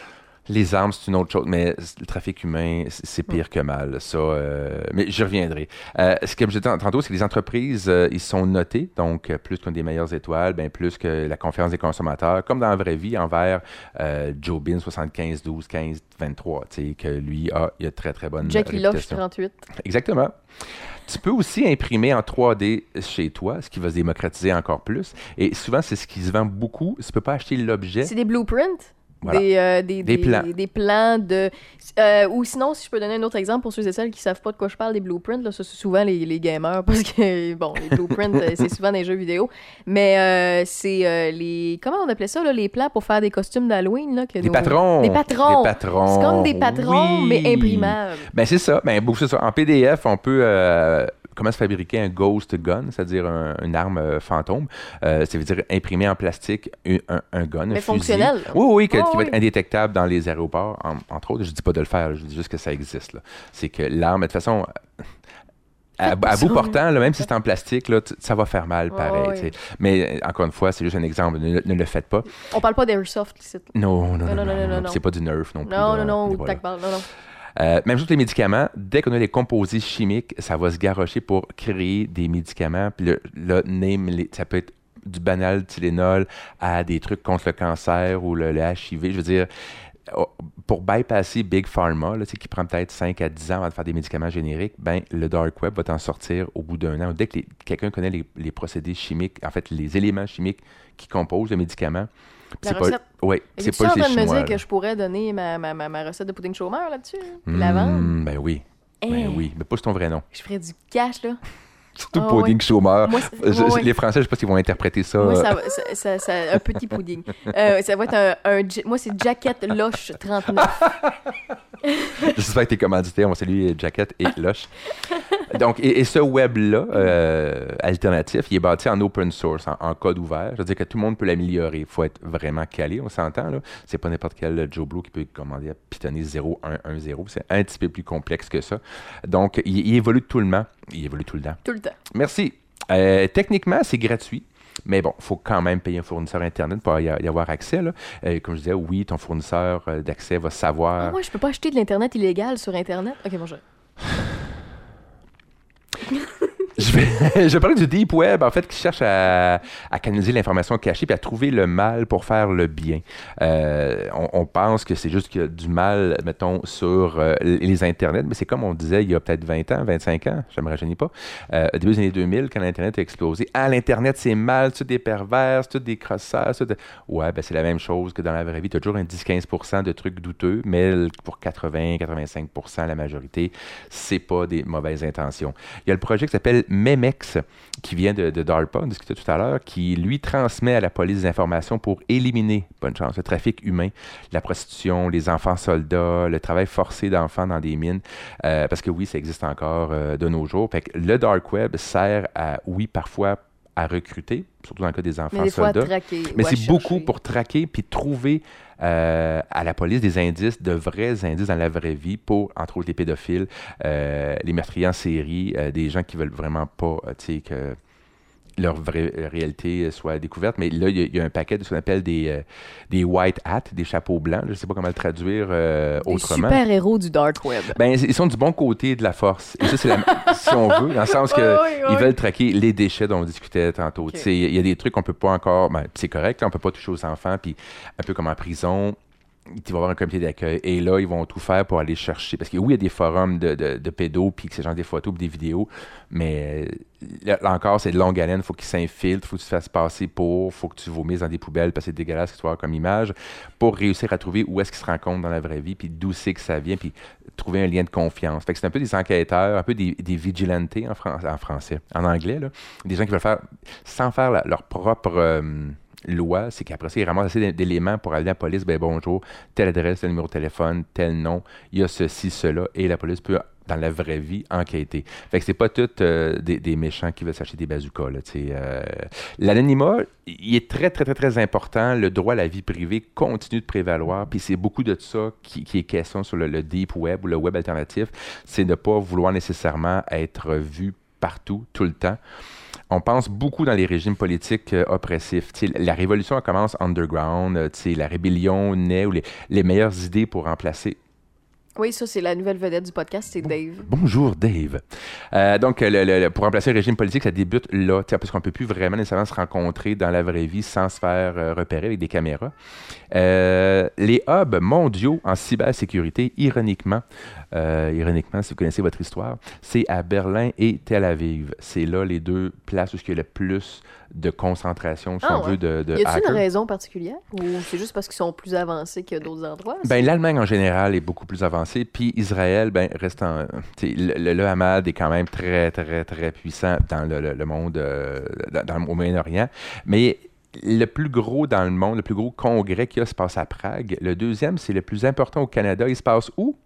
Les armes, c'est une autre chose, mais le trafic humain, c'est pire que mal. Ça, euh, mais j'y reviendrai. Euh, ce que je disais tantôt, c'est que les entreprises, euh, ils sont notés, donc plus qu'une des meilleures étoiles, ben plus que la confiance des consommateurs, comme dans la vraie vie, envers euh, Joe Bin, soixante-quinze, douze, quinze, vingt-trois, tu sais, que lui, ah, il a très, très bonne Jackie Loche, trente-huit. Exactement. Tu peux aussi imprimer en trois D chez toi, ce qui va se démocratiser encore plus. Et souvent, c'est ce qui se vend beaucoup. Tu ne peux pas acheter l'objet. C'est des blueprints? Voilà. Des, euh, des, des, des, plans. Des, des plans de... Euh, ou sinon, si je peux donner un autre exemple pour ceux et celles qui savent pas de quoi je parle, des blueprints, là, ça, c'est souvent les, les gamers, parce que, bon, les blueprints, c'est souvent des jeux vidéo, mais euh, c'est euh, les... Comment on appelait ça, là, les plans pour faire des costumes d'Halloween, là? Que des nos... patrons! Des patrons! Des patrons! C'est comme des patrons, oui. mais imprimables. Ben, c'est ça. Ben, c'est ça. En P D F, on peut... Euh... comment se fabriquer un ghost gun, c'est-à-dire un, une arme euh, fantôme. Euh, ça veut dire imprimer en plastique un, un, un gun, mais un fonctionnel. Fusil. Oui, oui, que, oh, qui oui. va être indétectable dans les aéroports, en, entre autres. Je ne dis pas de le faire, là, je dis juste que ça existe. Là. C'est que l'arme, de toute façon... À, à bout portant, là, même si c'est en plastique, là, t- ça va faire mal, pareil. Oh, oui. Mais encore une fois, c'est juste un exemple. Ne, ne le faites pas. On parle pas d'Airsoft ici. Non, non, non. Non, non, non, non, non, non, non. C'est pas du Nerf non plus. Non, là, non, non, ou voilà. Tac-Ball, non, non. Euh, même chose que les médicaments, dès qu'on a les composés chimiques, ça va se garrocher pour créer des médicaments. Puis le, le name, les, ça peut être du banal Tylenol à des trucs contre le cancer ou le, le H I V. Je veux dire, pour bypasser Big Pharma, là, qui prend peut-être cinq à dix ans avant de faire des médicaments génériques, ben, le Dark Web va t'en sortir au bout d'un an. Dès que les, quelqu'un connaît les, les procédés chimiques, en fait, les éléments chimiques qui composent le médicament, la c'est recette. Pas, ouais, c'est tu pas en train chez de me Chinois, dire que là. je pourrais donner ma, ma, ma, ma recette de pudding chômeur là-dessus? Mmh, la vendre? Ben oui. Hey. Ben oui. Mais pas sur ton vrai nom. Je ferais du cash, là. Surtout oh, pudding ouais. chômeur. Moi, je, ouais, ouais. Les Français, je sais pas s'ils vont interpréter ça. Moi, ça, ça, ça, ça un petit pudding. Euh, ça va être un, un... Moi, c'est Jacket Loche trente-neuf. J'espère que t'es commandité. On va saluer Jacket et Loche. Donc, et, et ce web-là, euh, alternatif, il est bâti en open source, en, en code ouvert. Je veux dire que tout le monde peut l'améliorer. Il faut être vraiment calé, on s'entend, là. C'est pas n'importe quel Joe Blow qui peut commander à pitonner zéro un un zéro. C'est un petit peu plus complexe que ça. Donc, il, il évolue tout le temps. Il évolue tout le temps. Tout le temps. Merci. Euh, techniquement, c'est gratuit. Mais bon, il faut quand même payer un fournisseur Internet pour y, y avoir accès. Là. Euh, comme je disais, oui, ton fournisseur euh, d'accès va savoir... Ah, moi, je peux pas acheter de l'Internet illégal sur Internet? OK, bonjour. Je vais, je vais parler du Deep Web, en fait, qui cherche à, à canaliser l'information cachée puis à trouver le mal pour faire le bien. Euh, on, on pense que c'est juste qu'il y a du mal, mettons, sur euh, les Internets, mais c'est comme on disait il y a peut-être vingt ans, vingt-cinq ans, je ne me rajeunis pas, euh, au début des années deux mille, quand l'Internet a explosé. Ah, l'Internet, c'est mal, c'est tout des pervers, c'est tout des crosseurs. Tout de... Ouais, ben c'est la même chose que dans la vraie vie. Tu as toujours un dix à quinze pour cent de trucs douteux, mais pour quatre-vingts à quatre-vingt-cinq pour cent, la majorité, c'est pas des mauvaises intentions. Il y a le projet qui s'appelle M X, qui vient de, de DARPA, on discutait tout à l'heure, qui, lui, transmet à la police des informations pour éliminer, bonne chance, le trafic humain, la prostitution, les enfants soldats, le travail forcé d'enfants dans des mines, euh, parce que oui, ça existe encore euh, de nos jours. Fait que le Dark Web sert à, oui, parfois à recruter, surtout dans le cas des enfants mais des fois soldats. à traquer, mais ou à c'est chercher. beaucoup pour traquer puis trouver euh, à la police des indices, de vrais indices dans la vraie vie pour, entre autres, les pédophiles, euh, les meurtriers en série, euh, des gens qui veulent vraiment pas, euh, tu sais, que leur vraie réalité soit découverte. Mais là, il y, y a un paquet de ce qu'on appelle des, euh, des white hats, des chapeaux blancs. Je ne sais pas comment le traduire euh, des autrement. Des super-héros du Dark Web. Ben, ils sont du bon côté de la force. Et ça, c'est la, si on veut, dans le sens que oui, oui, oui. ils veulent traquer les déchets dont on discutait tantôt. Okay. Il y a des trucs qu'on peut pas encore... Ben, c'est correct, là, on peut pas toucher aux enfants, puis un peu comme en prison... il va y avoir un comité d'accueil. Et là, ils vont tout faire pour aller chercher. Parce que oui, il y a des forums de, de, de pédos, puis que c'est genre des photos puis des vidéos, mais là, là encore, c'est de longue haleine. Il faut qu'ils s'infiltrent, il faut que tu te fasses passer pour, il faut que tu vomisses dans des poubelles parce que c'est dégueulasse ce que tu vois comme image, pour réussir à trouver où est-ce qu'ils se rencontrent dans la vraie vie, puis d'où c'est que ça vient, puis trouver un lien de confiance. Fait que c'est un peu des enquêteurs, un peu des, des vigilantes en, fran- en français. En anglais, là. Des gens qui veulent faire, sans faire la, leur propre... Euh, loi, c'est qu'après ça, ils ramassent assez d'éléments pour aller à la police. Ben bonjour, telle adresse, tel numéro de téléphone, tel nom, il y a ceci, cela, et la police peut, dans la vraie vie, enquêter. Fait que c'est pas tous euh, des, des méchants qui veulent s'acheter des bazookas, là, tu sais. Euh, l'anonymat, il est très, très, très, très important. Le droit à la vie privée continue de prévaloir, puis c'est beaucoup de ça qui, qui est question sur le, le deep web ou le web alternatif, c'est de ne pas vouloir nécessairement être vu partout, tout le temps. On pense beaucoup dans les régimes politiques euh, oppressifs. T'sais, la révolution elle commence underground, euh, la rébellion naît, ou les, les meilleures idées pour remplacer. Oui, ça, c'est la nouvelle vedette du podcast, c'est Dave. Bonjour, Dave. Euh, donc, le, le, pour remplacer le régime politique, ça débute là, parce qu'on ne peut plus vraiment nécessairement se rencontrer dans la vraie vie sans se faire euh, repérer avec des caméras. Euh, les hubs mondiaux en cybersécurité, ironiquement, euh, ironiquement, si vous connaissez votre histoire, c'est à Berlin et Tel Aviv. C'est là les deux places où il y a le plus de concentration, si ah, on ouais. veut, de, de Y a-t-il hackers. une raison particulière? Ou c'est juste parce qu'ils sont plus avancés que d'autres endroits? Ben, l'Allemagne, en général, est beaucoup plus avancée. Puis Israël, ben, reste en... Le, le, le Hamas est quand même très, très, très puissant dans le, le, le monde, euh, dans, dans, au Moyen-Orient. Mais le plus gros dans le monde, le plus gros congrès qu'il y a se passe à Prague. Le deuxième, c'est le plus important au Canada. Il se passe où?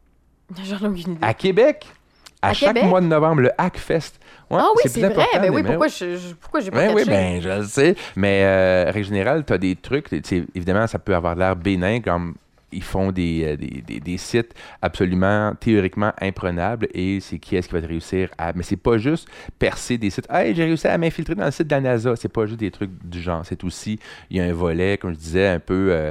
J'en ai aucune idée. À Québec. À, à chaque Québec? mois de novembre, le Hackfest. Ouais, ah oui, c'est, c'est vrai. Ben oui, mais... pourquoi, je, je, pourquoi j'ai pas ben catché? Oui, ben je le sais. Mais euh, règle générale, tu as des trucs. Évidemment, ça peut avoir l'air bénin, comme ils font des, des, des, des sites absolument théoriquement imprenables et c'est qui est-ce qui va te réussir à... Mais c'est pas juste percer des sites. « Hey, j'ai réussi à m'infiltrer dans le site de la NASA. » C'est pas juste des trucs du genre. C'est aussi, il y a un volet, comme je disais, un peu... Euh,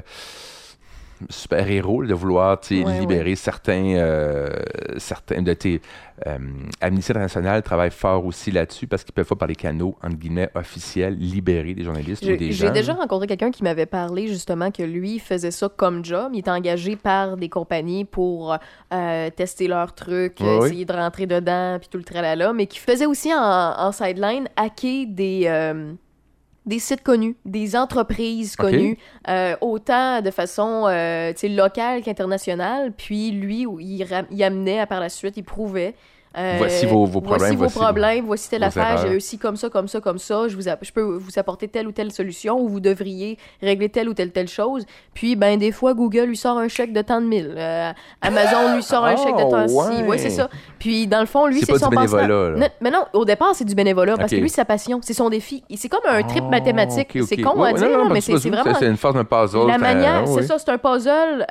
super-héros de vouloir ouais, libérer ouais. certains, euh, certains de tes euh, Amnesty International travaille fort aussi là-dessus parce qu'ils peuvent pas par les canaux entre guillemets officiels libérer des journalistes j'ai, ou des j'ai gens. J'ai déjà rencontré quelqu'un qui m'avait parlé justement que lui faisait ça comme job. Il était engagé par des compagnies pour euh, tester leurs trucs, ouais, essayer oui. de rentrer dedans puis tout le tralala, mais qui faisait aussi en, en sideline hacker des euh, des sites connus, des entreprises connues, okay. euh, autant de façon euh, locale qu'internationale. Puis lui, il, ra- il amenait à par la suite, il prouvait. Euh, voici vos, vos problèmes. Voici vos voici problèmes, vos, voici telle affaire, j'ai réussi comme ça, comme ça, comme ça. Je, vous a- je peux vous apporter telle ou telle solution ou vous devriez régler telle ou telle telle chose. Puis, ben des fois, Google lui sort un chèque de tant de mille. Euh, Amazon lui sort un oh, chèque de tant de ouais. ci. Oui, c'est ça. Puis, dans le fond, lui, c'est, c'est, pas son du passe-temps. Non, mais non, au départ, c'est du bénévolat parce okay. que lui, c'est sa passion, c'est son défi. Et c'est comme un trip oh, mathématique. Okay, okay. C'est con ouais, à ouais, dire, non, non, mais c'est, c'est, c'est vraiment... C'est une forme de puzzle. La manière, oui. c'est ça, c'est un puzzle euh,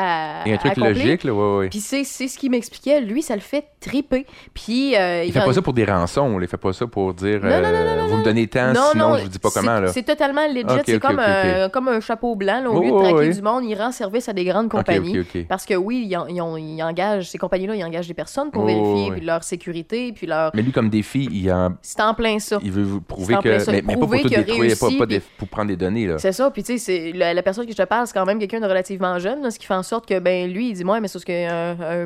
à Il y a un truc accomplir. logique, là, oui, oui. Puis c'est, c'est ce qu'il m'expliquait. Lui, ça le fait triper. Puis... Euh, il fait pas ça pour des rançons, il fait pas ça pour dire non, non, non, euh, non, vous me donnez tant, non, sinon non, je vous dis pas c'est, comment. Là. C'est totalement legit, okay, c'est okay, comme, okay, un, okay. comme un chapeau blanc. Là, au oh, lieu de oh, traquer oui. du monde, il rend service à des grandes compagnies. Okay, okay, okay. Parce que oui, ils, ils, ont, ils engagent, ces compagnies-là, ils engagent des personnes pour oh, vérifier oui. puis leur sécurité. Puis leur... Mais lui, comme défi, il en... c'est en plein ça. Il veut vous prouver c'est que. Mais, mais pas pour tout détruire, réussi, pas, pas puis... des... pour prendre des données. Là. C'est ça, puis tu sais, c'est... La, la personne que je te parle, c'est quand même quelqu'un de relativement jeune, là, ce qui fait en sorte que, ben lui, il dit, moi, mais c'est ce que. Un, un...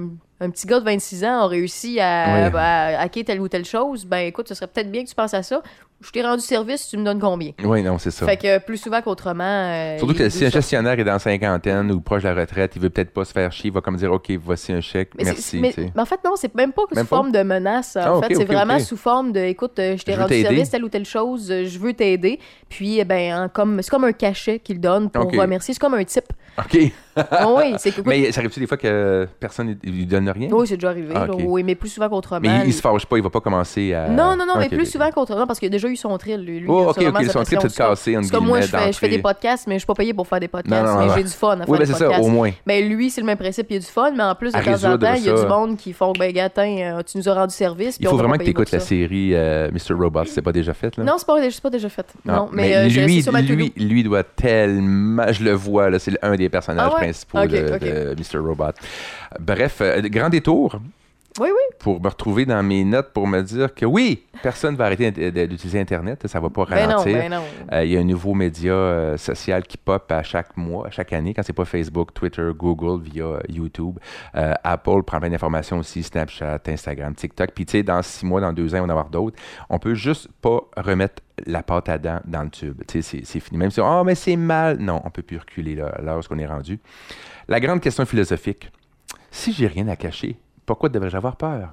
un petit gars de vingt-six ans a réussi à, Oui. à, à hacker telle ou telle chose, ben écoute, ce serait peut-être bien que tu penses à ça. Je t'ai rendu service, tu me donnes combien? Oui, non, c'est ça. Fait que plus souvent qu'autrement... euh, Surtout que il- si un gestionnaire est dans la cinquantaine ou proche de la retraite, il veut peut-être pas se faire chier, il va comme dire, OK, voici un chèque, Mais, c'est- merci. mais, tu sais. mais en fait, non, c'est même pas Même sous forme de menace. En Ah, ok, fait, c'est ok, vraiment ok. sous forme de, écoute, euh, je t'ai Je veux rendu t'aider. service, telle ou telle chose, euh, je veux t'aider. Puis, eh ben, en- comme, c'est comme un cachet qu'il donne pour Ok. remercier. C'est comme un type. OK. Oh, oui, c'est que, écoute, Mais ça arrive-tu des fois que personne ne lui donne rien? oui, c'est déjà arrivé. Ah, là, ok. oui, mais plus souvent qu'autrement. Mais il, il lui- se fâche pas, il va pas commencer à... Non, non, non, mais Ok, plus ok. souvent qu'autrement, parce qu'il a déjà eu son thrill, lui. lui Oh, c'est ok, vraiment ok, sa son trip, passion, c'est de casser, entre C'est comme moi, je guillemets, fais, je fais des d'entrer. podcasts, mais je suis pas payé pour faire des podcasts. Non, non, mais non. j'ai du fun à faire Oui, ben des c'est ça, podcasts. au moins. Mais lui, c'est le même principe, il y a du fun, mais en plus, de À temps en résoudre temps, il y a ça. du monde qui font, ben, Gatin, euh, tu nous as rendu service. puis Il on faut va vraiment pas que tu payer pour écoutes la ça. série euh, mister Robot, c'est pas déjà fait, là? Non, c'est pas, c'est pas déjà fait. Ah, Non, mais, euh, je- lui, c'est sur ma to-do. lui, lui doit tellement... Je le vois, là, c'est un des personnages Ah ouais? principaux Ok, de, ok. de mister Robot. Bref, euh, grand détour Oui, oui. pour me retrouver dans mes notes pour me dire que oui, personne ne va arrêter d- d- d'utiliser Internet, ça va pas Ben non, ralentir. ben non. Euh, Il y a un nouveau média euh, social qui pop à chaque mois, à chaque année, quand c'est pas Facebook, Twitter, Google, via euh, YouTube. Euh, Apple prend plein d'informations aussi, Snapchat, Instagram, TikTok. Puis tu sais, dans six mois, dans deux ans, on va en avoir d'autres. On peut juste pas remettre la pâte à dents dans le tube. Tu sais, c'est, c'est fini. Même si, oh, mais c'est mal. Non, on peut plus reculer là, là où on est rendu. La grande question philosophique. Si j'ai rien à cacher, pourquoi devrais-je avoir peur?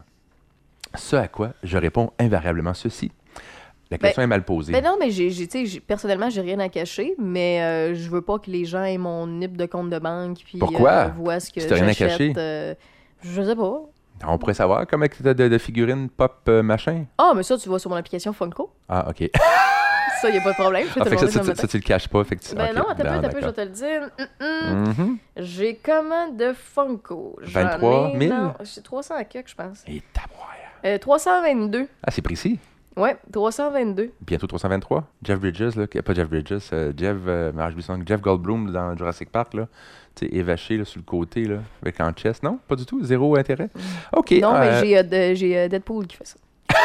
Ce à quoi je réponds invariablement ceci. La question est mal posée. Ben non, mais j'ai, j'ai, tu sais, j'ai- personnellement, j'ai rien à cacher, mais euh, je veux pas que les gens aient mon N I P de compte de banque puis Pourquoi? euh, voient ce que Si t'as rien à j'achète. cacher? euh, je sais pas. On pourrait savoir comment tu as de, de figurines pop euh, machin. Ah, mais ça, tu vois sur mon application Funko. Ah, OK. Ça, y a pas de problème. Je peux Ah, te fait que ça, montrer ça, dans ça, ma ça, tu le caches pas, effectivement. Ben non, attends un peu, attends un peu, je vais te le dire. Hum, hum. Mhm. J'ai commande de Funko. J'en vingt-trois ai- mille? Non, c'est trois cents à quelque, je pense. Et taboire. Euh, trois cent vingt-deux. Ah, c'est précis. Ouais, trois cent vingt-deux. Bientôt trois cent vingt-trois. Jeff Bridges, là, qui- pas Jeff Bridges, euh, Jeff, euh, ah, j'oublie son nom, Jeff Goldblum dans Jurassic Park, là. Tu sais, évaché là, sur le côté, là, avec en chest. Non, pas du tout. Zéro intérêt. OK. Non, euh, mais j'ai, euh, de- j'ai euh, Deadpool qui fait ça.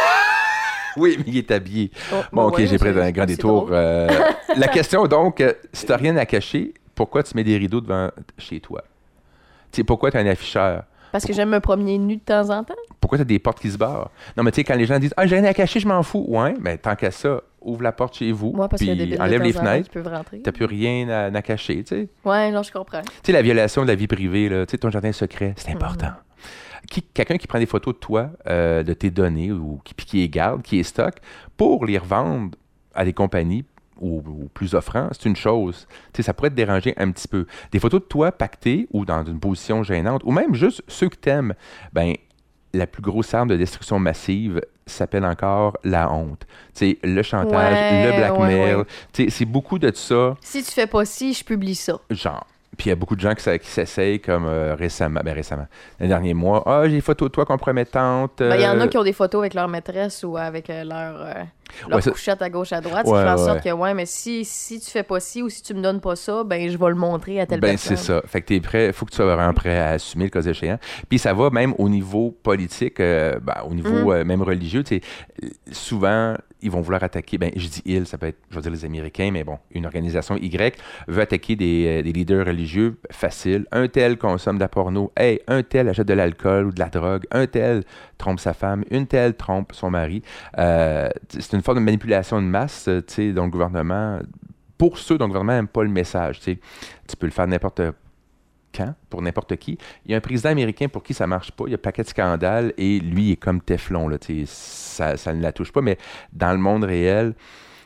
Oui, mais il est habillé. Oh, Bon, ben OK, ouais, j'ai pris c'est- un grand c'est détour. drôle. Euh, la question, donc, euh, si t'as rien à cacher, pourquoi tu mets des rideaux devant chez toi? Tu sais, pourquoi tu as un afficheur? Parce que j'aime me promener nu de temps en temps. Pourquoi tu as des portes qui se barrent? Non, mais tu sais, quand les gens disent « Ah, j'ai rien à cacher, je m'en fous. » Ouais, mais tant qu'à ça, ouvre la porte chez vous, Moi, parce qu'il y a des puis billes enlève de les temps en temps fenêtres, qui peuvent rentrer. t'as plus rien à, à cacher, tu sais. Ouais, non, je comprends. Tu sais, la violation de la vie privée, là, tu sais, ton jardin secret, c'est important. Qui, quelqu'un qui prend des photos de toi, euh, de tes données, ou qui, puis qui les garde, qui les stocke, pour les revendre à des compagnies ou, ou plus offrant, c'est une chose. Tu sais, ça pourrait te déranger un petit peu. Des photos de toi pactées ou dans une position gênante, ou même juste ceux que t'aimes, ben la plus grosse arme de destruction massive s'appelle encore la honte. Tu sais, le chantage, Ouais, le blackmail, ouais, ouais. tu sais, c'est beaucoup de ça. Si tu fais pas ci, je publie ça. Genre. Puis il y a beaucoup de gens qui, s- qui s'essayent comme euh, récemment, ben récemment, les derniers mois. Ah, j'ai des photos de toi compromettantes. Ben, il y en a euh, qui ont des photos avec leur maîtresse ou avec euh, leur, euh, leur Ouais, ça- couchette à gauche, à droite. Ouais, ce qui fait en ouais, sorte que, ouais, mais si, si tu fais pas ci ou si tu me donnes pas ça, ben je vais le montrer à telle Ben, personne. c'est ça. Fait que t'es prêt, faut que tu sois vraiment prêt à assumer le cas échéant. Puis ça va même au niveau politique, euh, ben, au niveau Mm. euh, même religieux. Tu sais, euh, souvent, ils vont vouloir attaquer, ben, je dis ils, ça peut être, je veux dire les Américains, mais bon, une organisation Y veut attaquer des, euh, des leaders religieux, facile. Un tel consomme de la porno, hey, un tel achète de l'alcool ou de la drogue, un tel trompe sa femme, une telle trompe son mari. Euh, c'est une forme de manipulation de masse, euh, tu sais, dont le gouvernement, pour ceux dont le gouvernement n'aime pas le message, tu sais, tu peux le faire n'importe quand, pour n'importe qui. Il y a un président américain pour qui ça marche pas, il y a un paquet de scandales et lui, il est comme Teflon, là, tu sais, ça, ça ne la touche pas, mais dans le monde réel,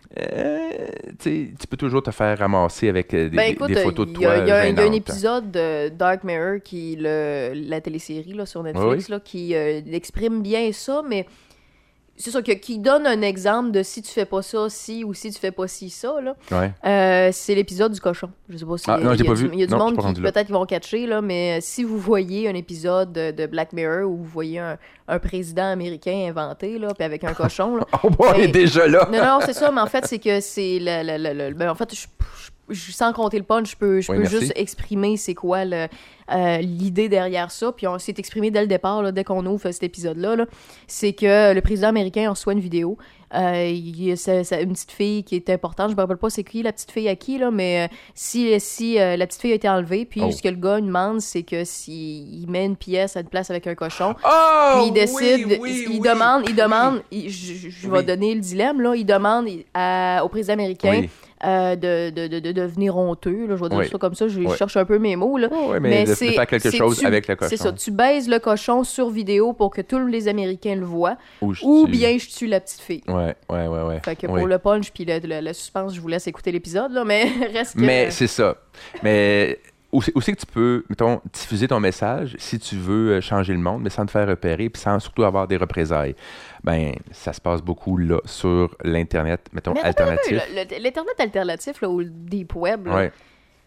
euh, tu sais, tu peux toujours te faire ramasser avec euh, des, Ben des- écoute, des photos de il y, a- toi il y a un- il y a un gênantes. épisode de Dark Mirror, qui le, la télésérie là, sur Netflix, Oui, là, qui euh, exprime bien ça, mais c'est ça, que, qui donne un exemple de si tu fais pas ça, si, ou si tu fais pas ci, ça. Là. Ouais. Euh, c'est l'épisode du cochon. Je sais pas si Ah, non, je l'ai il y a pas du, vu. il y a du Non, je suis monde pas qui rendu là. peut-être qui vont catcher, là, mais si vous voyez un épisode de, de Black Mirror où vous voyez un, un président américain inventé, là, puis avec un cochon, là, Oh, bon, on est Ben, déjà là! non, non, c'est ça, mais en fait, c'est que c'est le. le, le, le- ben, en fait, je, je- je- sans compter le punch, je peux, je Oui, peux merci. juste exprimer c'est quoi le, euh, l'idée derrière ça. Puis on s'est exprimé dès le départ, là, dès qu'on ouvre cet épisode-là. Là, c'est que le président américain reçoit une vidéo euh, il y a ça, ça, une petite fille qui est importante. Je me rappelle pas c'est qui la petite fille à qui, là, mais euh, si, si euh, la petite fille a été enlevée, puis oh. ce que le gars demande, c'est que s'il il met une pièce à une place avec un cochon, oh, puis il décide, oui, oui, il, il oui, demande, il oui. demande, il, je, je vais oui. donner le dilemme, là, il demande à, au président américain oui. euh, de, de, de, de devenir honteux, là, je vais dire oui. ça comme ça, je oui. cherche un peu mes mots, là. Oh, oui, mais, mais de, c'est, de faire quelque chose tu, avec le cochon. C'est ça, tu baises le cochon sur vidéo pour que tous les Américains le voient, ou, ou tue... bien je tue la petite fille. Ouais, ouais, ouais, ouais. Fait que oui. pour le punch puis le, le, le suspense, je vous laisse écouter l'épisode, là, mais reste que... Mais c'est ça. Mais où c'est, où c'est que tu peux, mettons, diffuser ton message si tu veux changer le monde, mais sans te faire repérer puis sans surtout avoir des représailles? Ben, ça se passe beaucoup là, sur l'Internet, mettons, mais alternatif. Le, le, L'Internet alternatif, là, ou le Deep Web, là, ouais.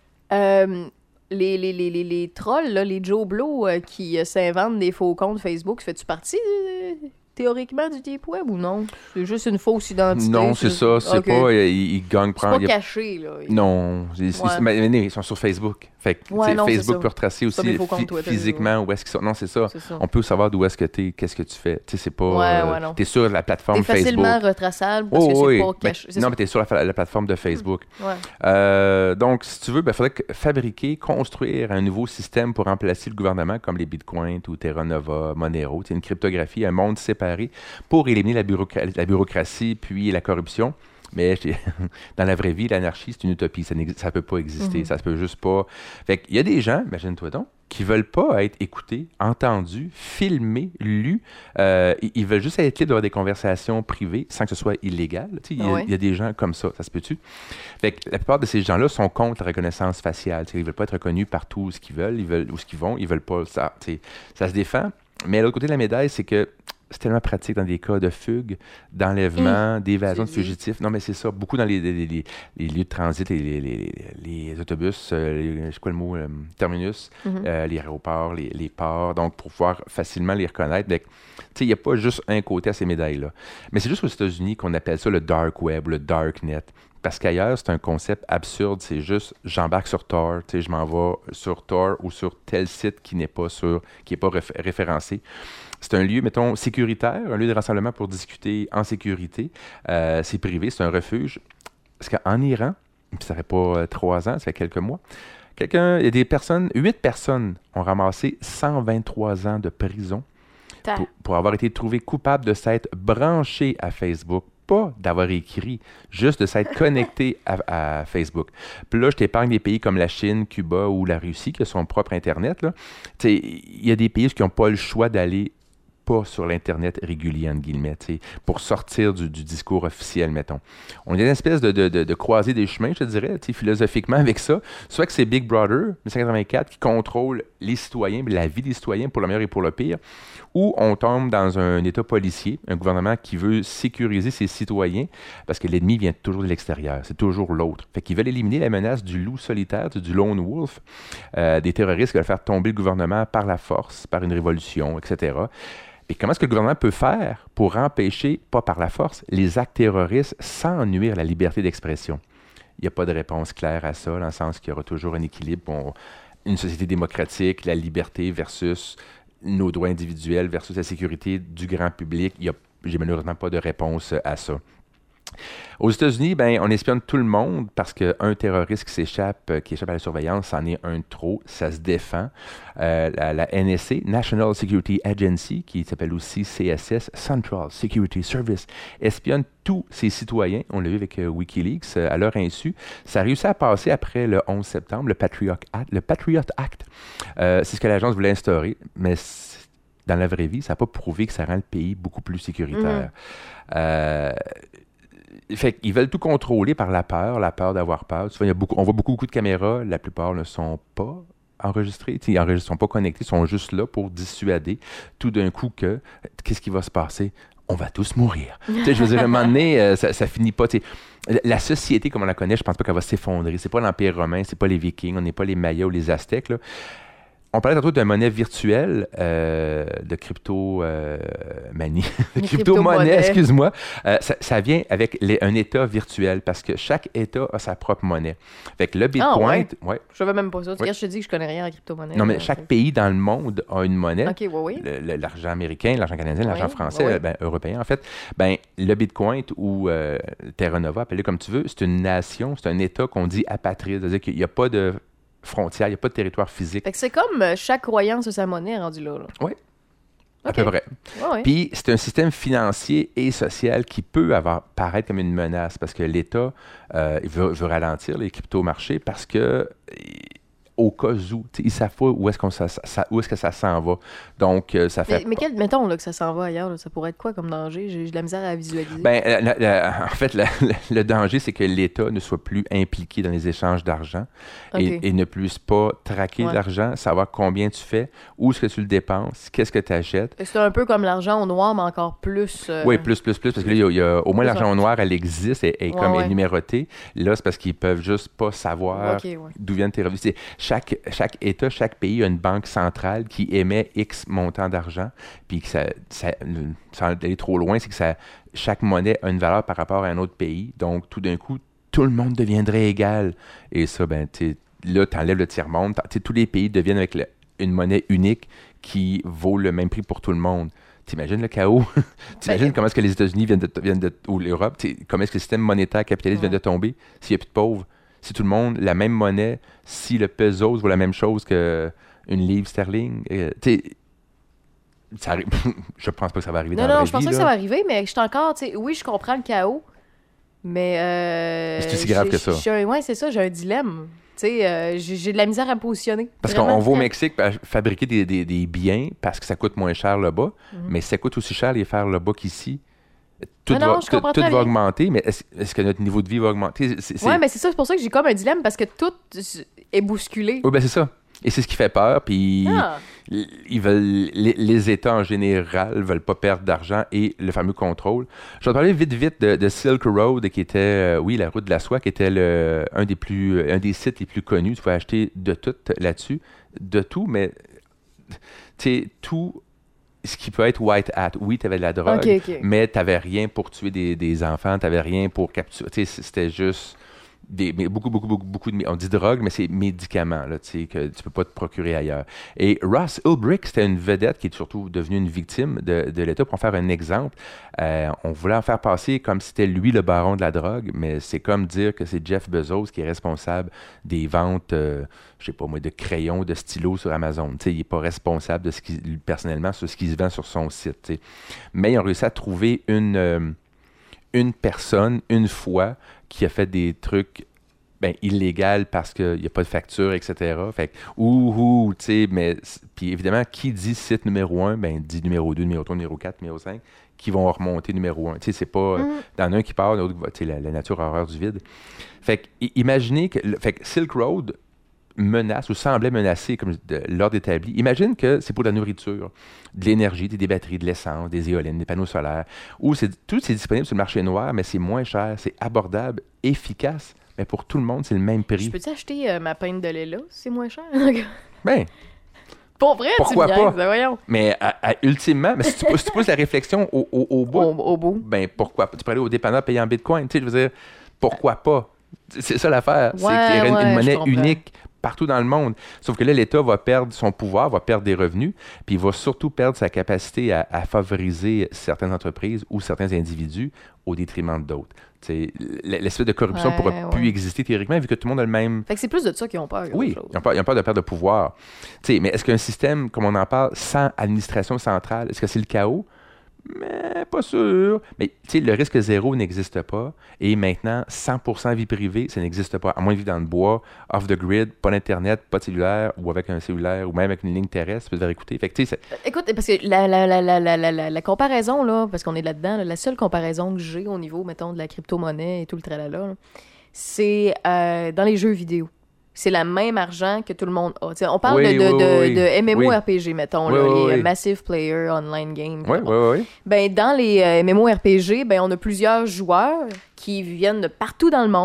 euh, les, les, les, les, les trolls, là, les Joe Blow euh, qui euh, s'inventent des faux comptes Facebook, fais-tu partie euh, théoriquement du Deep Web ou non? C'est juste une fausse identité? Non, c'est ça. C'est okay. pas... Ils, ils gagnent... C'est pas il y a... caché, là. Non. Ils, ouais. ils, mais, mais, ils sont sur Facebook. Fait que ouais, non, Facebook peut retracer aussi fi- physiquement où est-ce qu'ils sont. Non, c'est ça. c'est ça. On peut savoir d'où est-ce que t'es, qu'est-ce que tu fais. Tu sais, c'est pas... Ouais, ouais, non. T'es sur la plateforme t'es Facebook. T'es facilement retraçable parce oh, que c'est oui. pas caché. Mais, non, ça. mais t'es sur la, la plateforme de Facebook. Mmh. Ouais. Euh, donc, si tu veux, il ben, faudrait fabriquer, construire un nouveau système pour remplacer le gouvernement comme les Bitcoin ou Terra Nova, Monero. C'est une cryptographie, un monde séparé pour éliminer la, bureaucra- la bureaucratie puis la corruption. Mais dans la vraie vie, l'anarchie, c'est une utopie. Ça ne peut pas exister. Mm-hmm. Ça se peut juste pas. Fait qu'il y a des gens, imagine-toi donc, qui veulent pas être écoutés, entendus, filmés, lus. Euh, ils veulent juste être libres d'avoir des conversations privées sans que ce soit illégal. Il y, ouais. y a des gens comme ça. Ça se peut-tu? Fait que la plupart de ces gens-là sont contre la reconnaissance faciale. T'sais, ils veulent pas être reconnus partout où ce qu'ils veulent. Ils veulent où ce qu'ils vont. Ils veulent pas ça. T'sais, ça se défend. Mais l'autre côté de la médaille, c'est que c'est tellement pratique dans des cas de fugue, d'enlèvement, mmh, d'évasion de fugitifs. Non, mais c'est ça. Beaucoup dans les, les, les, les lieux de transit, et les, les, les autobus, euh, les, je sais quoi le mot, euh, terminus, mmh. euh, les aéroports, les, les ports, donc pour pouvoir facilement les reconnaître. Tu sais, il n'y a pas juste un côté à ces médailles-là. Mais c'est juste aux États-Unis qu'on appelle ça le dark web, le dark net. Parce qu'ailleurs, c'est un concept absurde. C'est juste, j'embarque sur Tor, tu sais, je m'en vais sur Tor ou sur tel site qui n'est pas sur, qui n'est pas réf- référencé. C'est un lieu, mettons, sécuritaire, un lieu de rassemblement pour discuter en sécurité. Euh, c'est privé, c'est un refuge. Parce qu'en Iran, ça fait pas euh, trois ans, ça fait quelques mois, quelqu'un, il y a des personnes, huit personnes ont ramassé cent vingt-trois ans de prison pour, pour avoir été trouvés coupables de s'être branchés à Facebook. Pas d'avoir écrit, juste de s'être connecté à, à Facebook. Puis là, je t'épargne des pays comme la Chine, Cuba ou la Russie qui ont son propre Internet. Il y a des pays qui n'ont pas le choix d'aller pas sur l'Internet régulier, entre guillemets, pour sortir du, du discours officiel, mettons. On a une espèce de, de, de, de croisée des chemins, je te dirais, philosophiquement avec ça. Soit que c'est Big Brother, dix-neuf cent quatre-vingt-quatre, qui contrôle les citoyens, la vie des citoyens, pour le meilleur et pour le pire, ou on tombe dans un État policier, un gouvernement qui veut sécuriser ses citoyens, parce que l'ennemi vient toujours de l'extérieur, c'est toujours l'autre. Fait qu'ils veulent éliminer la menace du loup solitaire, du lone wolf, euh, des terroristes qui veulent faire tomber le gouvernement par la force, par une révolution, et cetera. Et comment est-ce que le gouvernement peut faire pour empêcher, pas par la force, les actes terroristes sans nuire à la liberté d'expression? Il n'y a pas de réponse claire à ça, dans le sens qu'il y aura toujours un équilibre. Bon, une société démocratique, la liberté versus nos droits individuels versus la sécurité du grand public. Il y a, j'ai malheureusement pas de réponse à ça. Aux États-Unis, ben, on espionne tout le monde parce qu'un terroriste qui s'échappe, qui échappe à la surveillance, c'en est un de trop, ça se défend. Euh, la, la N S A, National Security Agency, qui s'appelle aussi C S S, Central Security Service, espionne tous ses citoyens. On l'a vu avec euh, Wikileaks, euh, à leur insu. Ça a réussi à passer après le onze septembre, le Patriot Act. Le Patriot Act, euh, c'est ce que l'agence voulait instaurer, mais dans la vraie vie, ça n'a pas prouvé que ça rend le pays beaucoup plus sécuritaire. Mmh. Euh, Fait qu'ils veulent tout contrôler par la peur, la peur d'avoir peur. Tu vois, il y a beaucoup, on voit beaucoup, beaucoup de caméras. La plupart ne sont pas enregistrées. Ils ne sont pas connectés. Ils sont juste là pour dissuader tout d'un coup que qu'est-ce qui va se passer? On va tous mourir. Je veux dire, à un moment donné, euh, ça, ça finit pas. T'sais. La société, comme on la connaît, je pense pas qu'elle va s'effondrer. C'est pas l'Empire romain, c'est pas les Vikings, on n'est pas les Mayas ou les Aztèques. Là. on parlait tantôt de monnaie virtuelle, euh, de crypto euh, manie, de crypto-monnaie, excuse-moi. Euh, ça, ça vient avec les, un État virtuel parce que chaque État a sa propre monnaie. Fait que le Bitcoin... Ah, ouais. Ouais. Je savais même pas ça. Ouais. Je te dis que je connais rien en crypto-monnaie. Non, mais là, chaque fait. pays dans le monde a une monnaie. OK, oui, oui. Le, le, l'argent américain, l'argent canadien, l'argent Oui, français, oui. ben, européen, en fait. Ben, le Bitcoin ou euh, Terra Nova, appelez-le comme tu veux, c'est une nation, c'est un État qu'on dit apatride. C'est-à-dire qu'il n'y a pas de frontières, il n'y a pas de territoire physique. Fait que c'est comme euh, chaque croyance a sa monnaie rendu là. là. Oui. À OK. peu près. Ouais, ouais. Puis, c'est un système financier et social qui peut avoir, paraître comme une menace parce que l'État euh, veut, veut ralentir les crypto-marchés parce que, au cas où, ils ne savent pas où est-ce, qu'on, ça, ça, où est-ce que ça s'en va. Donc, euh, ça fait... Mais, mais quel, mettons là, que ça s'en va ailleurs, là, ça pourrait être quoi comme danger? J'ai, j'ai de la misère à visualiser. Ben, la- la- la- en fait, la- la- le danger, c'est que l'État ne soit plus impliqué dans les échanges d'argent et, OK. et ne puisse pas traquer Ouais. l'argent, savoir combien tu fais, où est-ce que tu le dépenses, qu'est-ce que tu achètes. Fait que c'est un peu comme l'argent au noir, mais encore plus... euh, Oui, plus, plus, plus, parce que là, il y a, il y a- au moins Plus l'argent en- au noir, elle existe, elle est Ouais, comme ouais. numérotée. Là, c'est parce qu'ils peuvent juste pas savoir OK, ouais. d'où viennent tes revenus. C'est- Chaque, chaque État, chaque pays a une banque centrale qui émet X montant d'argent, puis que ça, ça, sans aller trop loin, c'est que ça, chaque monnaie a une valeur par rapport à un autre pays. Donc, tout d'un coup, tout le monde deviendrait égal. Et ça, ben, tu sais, là, tu enlèves le tiers-monde. t'en- tu sais, tous les pays deviennent avec le- une monnaie unique qui vaut le même prix pour tout le monde. T'imagines le chaos? T'imagines Ben, comment est-ce que les États-Unis viennent de, viennent de ou l'Europe, t'sais, comment est-ce que le système monétaire capitaliste Ouais. vient de tomber s'il n'y a plus de pauvres? Si tout le monde, la même monnaie, si le peso vaut la même chose qu'une livre sterling, euh, t'sais, ça arri- je pense pas que ça va arriver Non, dans la non, vraie je pense vie, pas que là. ça va arriver, mais je suis encore, tu sais, oui, je comprends le chaos, mais... Euh, C'est aussi grave j'ai- que ça. j'ai un- Ouais, c'est ça, j'ai un dilemme. Tu sais, euh, j'ai, j'ai de la misère à me positionner. Parce qu'on Vraiment on va au très- Mexique pa- fabriquer des, des- des biens parce que ça coûte moins cher là-bas, Mhm. mais ça coûte aussi cher les faire là-bas qu'ici. Tout, Non, non, va, je tout, comprends tout très va bien. augmenter, mais est-ce, est-ce que notre niveau de vie va augmenter? C'est, c'est- Ouais, mais c'est ça, c'est pour ça que j'ai comme un dilemme, parce que tout est bousculé. Oui, ben c'est ça. Et c'est ce qui fait peur, puis Ah. ils veulent, les, les États en général veulent pas perdre d'argent et le fameux contrôle. Je vais te parler vite, vite de, de Silk Road, qui était, euh, oui, la route de la soie, qui était le, un, des plus, un des sites les plus connus. Tu pouvais acheter de tout là-dessus, de tout, mais tu sais, tout ce qui peut être white hat. Oui, tu avais de la drogue, Ok, ok. mais tu n'avais rien pour tuer des, des enfants, tu n'avais rien pour capturer. Tu sais, c'était juste... Des, mais beaucoup, beaucoup, beaucoup, beaucoup de... On dit drogue, mais c'est médicaments, là, tu sais, que tu peux pas te procurer ailleurs. Et Ross Ulbricht, c'était une vedette qui est surtout devenue une victime de, de l'État. Pour en faire un exemple, euh, on voulait en faire passer comme si c'était lui le baron de la drogue, mais c'est comme dire que c'est Jeff Bezos qui est responsable des ventes, euh, je sais pas moi, de crayons, de stylos sur Amazon. Tu sais, il est pas responsable de ce qui, personnellement, sur ce qui se vend sur son site, tu sais. Mais ils ont réussi à trouver une... euh, une personne, une fois, qui a fait des trucs ben, illégaux parce qu'il n'y a pas de facture, et cetera. Fait que, ouh, ouh, tu sais, mais... Puis évidemment, qui dit site numéro un, ben, dit numéro deux, numéro trois, numéro quatre, numéro cinq, qui vont remonter numéro un. Tu sais, c'est pas... Mhm. Dans un qui part, l'autre qui va... Tu sais, la, la nature horreur du vide. Fait que, i- imaginez que... le- Fait que Silk Road menace ou semblait menacer comme de, l'ordre établi. Imagine que c'est pour de la nourriture, de l'énergie, des, des batteries, de l'essence, des éoliennes, des panneaux solaires, où c'est, tout c'est disponible sur le marché noir, mais c'est moins cher, c'est abordable, efficace, mais pour tout le monde, c'est le même prix. Je peux-tu acheter euh, ma pinte de lait là? C'est moins cher. Ben, Pour vrai, Pourquoi tu me pas? niaises, voyons. mais à- à- ultimement, mais si tu, si tu pousses la réflexion au, au, au bout, Au, au bout. ben pourquoi pas? Tu peux aller au dépanneur payer en bitcoin, tu sais, je veux dire, pourquoi pas? C'est ça l'affaire, c'est Ouais, qu'il y aurait une, ouais, une je monnaie comprends. unique partout dans le monde. Sauf que là, l'État va perdre son pouvoir, va perdre des revenus, puis il va surtout perdre sa capacité à, à favoriser certaines entreprises ou certains individus au détriment d'autres. T'sais, l'espèce de corruption ne Ouais, pourra plus ouais. exister théoriquement vu que tout le monde a le même... Fait que c'est plus de ça qu'ils ont peur. que Oui, d'autres choses. ils ont peur, ils ont peur de perdre de pouvoir. T'sais, mais est-ce qu'un système, comme on en parle, sans administration centrale, est-ce que c'est le chaos? Mais pas sûr. Mais tu sais, le risque zéro n'existe pas. Et maintenant, cent pour cent vie privée, ça n'existe pas. À moins de vivre dans le bois, off the grid, pas d'internet, pas de cellulaire, ou avec un cellulaire, ou même avec une ligne terrestre, tu peux te faire écouter. Fait que tu sais, c'est- Écoute, parce que la, la, la, la, la, la, la, la comparaison, là, parce qu'on est là-dedans, là, la seule comparaison que j'ai au niveau, mettons, de la crypto-monnaie et tout le tralala, là, c'est euh, dans les jeux vidéo. C'est le même argent que tout le monde a. T'sais, on parle Oui, de, de, oui, de, oui, de MMORPG, oui. mettons, Oui, là, oui, les oui. Massive Player Online Games. oui, oui, oui. Ben, dans les euh, MMORPG, ben, on a plusieurs joueurs qui viennent de partout dans le monde,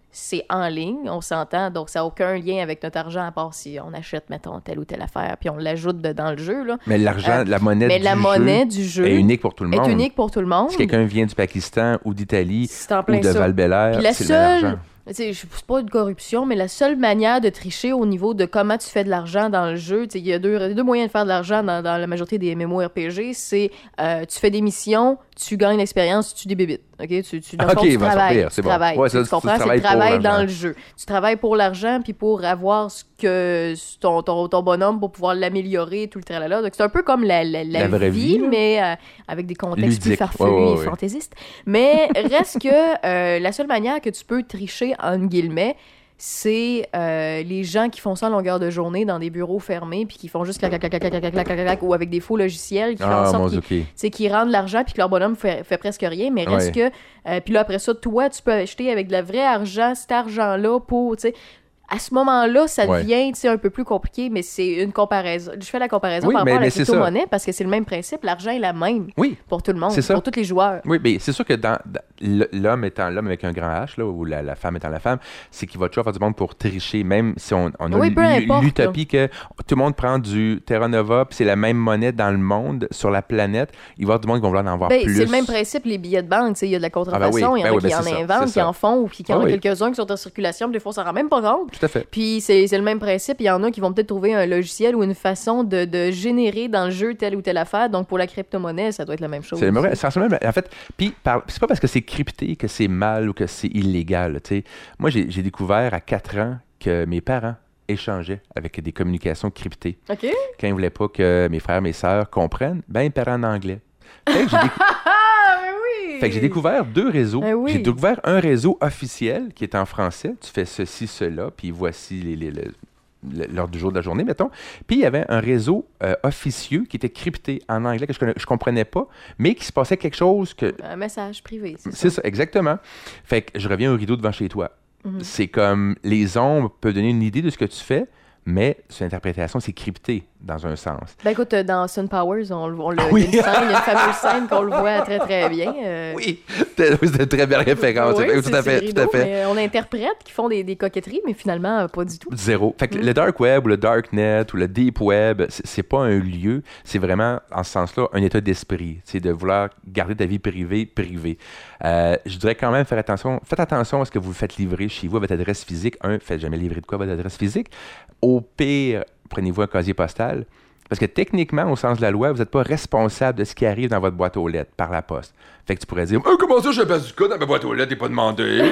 c'est en ligne, on s'entend, donc ça n'a aucun lien avec notre argent à part si on achète, mettons, telle ou telle affaire, puis on l'ajoute de- dans le jeu, là. Mais l'argent, Euh, la monnaie Mais du la jeu monnaie du jeu est unique pour tout le est monde. unique pour tout le monde. Si quelqu'un vient du Pakistan ou d'Italie C'est en ou plein de ça. Val-Bélair, Puis la c'est le même seule, argent. tu sais, je- c'est pas une corruption, mais la seule manière de tricher au niveau de comment tu fais de l'argent dans le jeu, tu sais, il y a deux, deux moyens de faire de l'argent dans, dans la majorité des MMORPG, c'est euh, tu fais des missions, tu gagnes l'expérience, tu tues des bébites. Ok, tu, tu, dans le fond, Ok, tu ben, ça travailles, pire, tu c'est bon. travailles. Ouais, Tu- ça, tu tu comprends, c'est le travailles pour travail dans l'argent. le jeu. Tu travailles pour l'argent puis pour avoir ce que ton, ton, ton bonhomme pour pouvoir l'améliorer, tout le tralala. Donc c'est un peu comme la, la, la, La vraie vie, vie, là. mais euh, avec des contextes plus Ludique. farfelus Ouais, ouais, et ouais. fantaisistes. Mais reste que euh, la seule manière que tu peux tricher, en guillemets, c'est euh, les gens qui font ça en longueur de journée dans des bureaux fermés puis qui font juste clac, clac, clac, clac, clac, clac, clac, clac, clac, ou avec des faux logiciels qui font en Ah, sorte mon qu'ils Dieu, ok. c'est qu'ils rendent l'argent puis que leur bonhomme fait, fait presque rien, mais reste que... euh, puis là, après ça, toi, tu peux acheter avec de la vraie argent cet argent-là pour, tu sais... À ce moment-là, ça Ouais. devient, tu sais, un peu plus compliqué, mais c'est une comparaison. Je fais la comparaison Oui, par mais- rapport à mais la c'est ça. crypto-monnaie parce que c'est le même principe. L'argent est la même Oui, pour tout le monde, C'est ça. pour tous les joueurs. oui, mais c'est sûr que dans, dans- l'homme étant l'homme avec un grand H, là, ou la, la femme étant la femme, c'est qu'il va toujours faire du monde pour tricher, même si on, on a Oui, peu l'u- importe, l'utopie que tout le monde prend du Terra Nova, puis c'est la même monnaie dans le monde, sur la planète, il va y avoir du monde qui va vouloir en avoir Ben, plus. c'est le même principe, les billets de banque. tu sais, Il y a de la contrefaçon, Ah ben oui, il y en ben a oui, qui ben en c'est ça, inventent, c'est qui ça. en font, ou puis qu'il y en Ah a oui. quelques-uns qui sont en circulation, puis des fois, on s'en rend même pas compte. Tout à fait. Puis c'est c'est le même principe. Il y en a qui vont peut-être trouver un logiciel ou une façon de, de générer dans le jeu telle ou telle affaire. Donc, pour la crypto-monnaie, ça doit être la même chose. C'est vrai, c'est absolument- en fait, puis par- c'est pas parce que c'est crypté que c'est mal ou que c'est illégal. tu sais. Moi, j'ai j'ai découvert à quatre ans que mes parents échangeaient avec des communications cryptées. OK? Quand ils voulaient pas que mes frères, mes sœurs comprennent, ben ils parlaient en anglais. Fait que j'ai décou- Ah, mais oui! fait que j'ai découvert deux réseaux. Ben oui. J'ai découvert un réseau officiel qui est en français. Tu fais ceci, cela, puis voici les, les- les- le- l'heure du jour de la journée, mettons. Puis il y avait un réseau euh, officieux qui était crypté en anglais que je, connais- je comprenais pas, mais qui se passait quelque chose que... Un message privé, c'est ça. C'est ça, exactement. Fait que je reviens au rideau devant chez toi. Mhm. C'est comme les ombres peuvent donner une idée de ce que tu fais, mais son interprétation, c'est crypté dans un sens. Ben écoute, euh, dans Sun Powers, on, le- on le, Oui. il y a une scène, il y a une fameuse scène qu'on le voit très très bien. euh, Oui, c'est une très belle référence. oui, tout c'est- à c'est fait, le tout à rideau, fait. mais on interprète qui font des, des coquetteries, mais finalement, euh, pas du tout. Zéro. Fait que Mm. le dark web ou le darknet ou le deep web, c'est c'est pas un lieu, c'est vraiment, en ce sens-là, un état d'esprit. C'est de vouloir garder ta vie privée, privée. Euh, je dirais quand même faire attention. Faites attention à ce que vous faites livrer chez vous à votre adresse physique. Un, faites jamais livrer de quoi à votre adresse physique. Au pire, prenez-vous un casier postal. Parce que techniquement, au sens de la loi, vous n'êtes pas responsable de ce qui arrive dans votre boîte aux lettres par la poste. Fait que tu pourrais dire, oh, comment ça, je passe du code dans ma boîte aux lettres et pas demandé?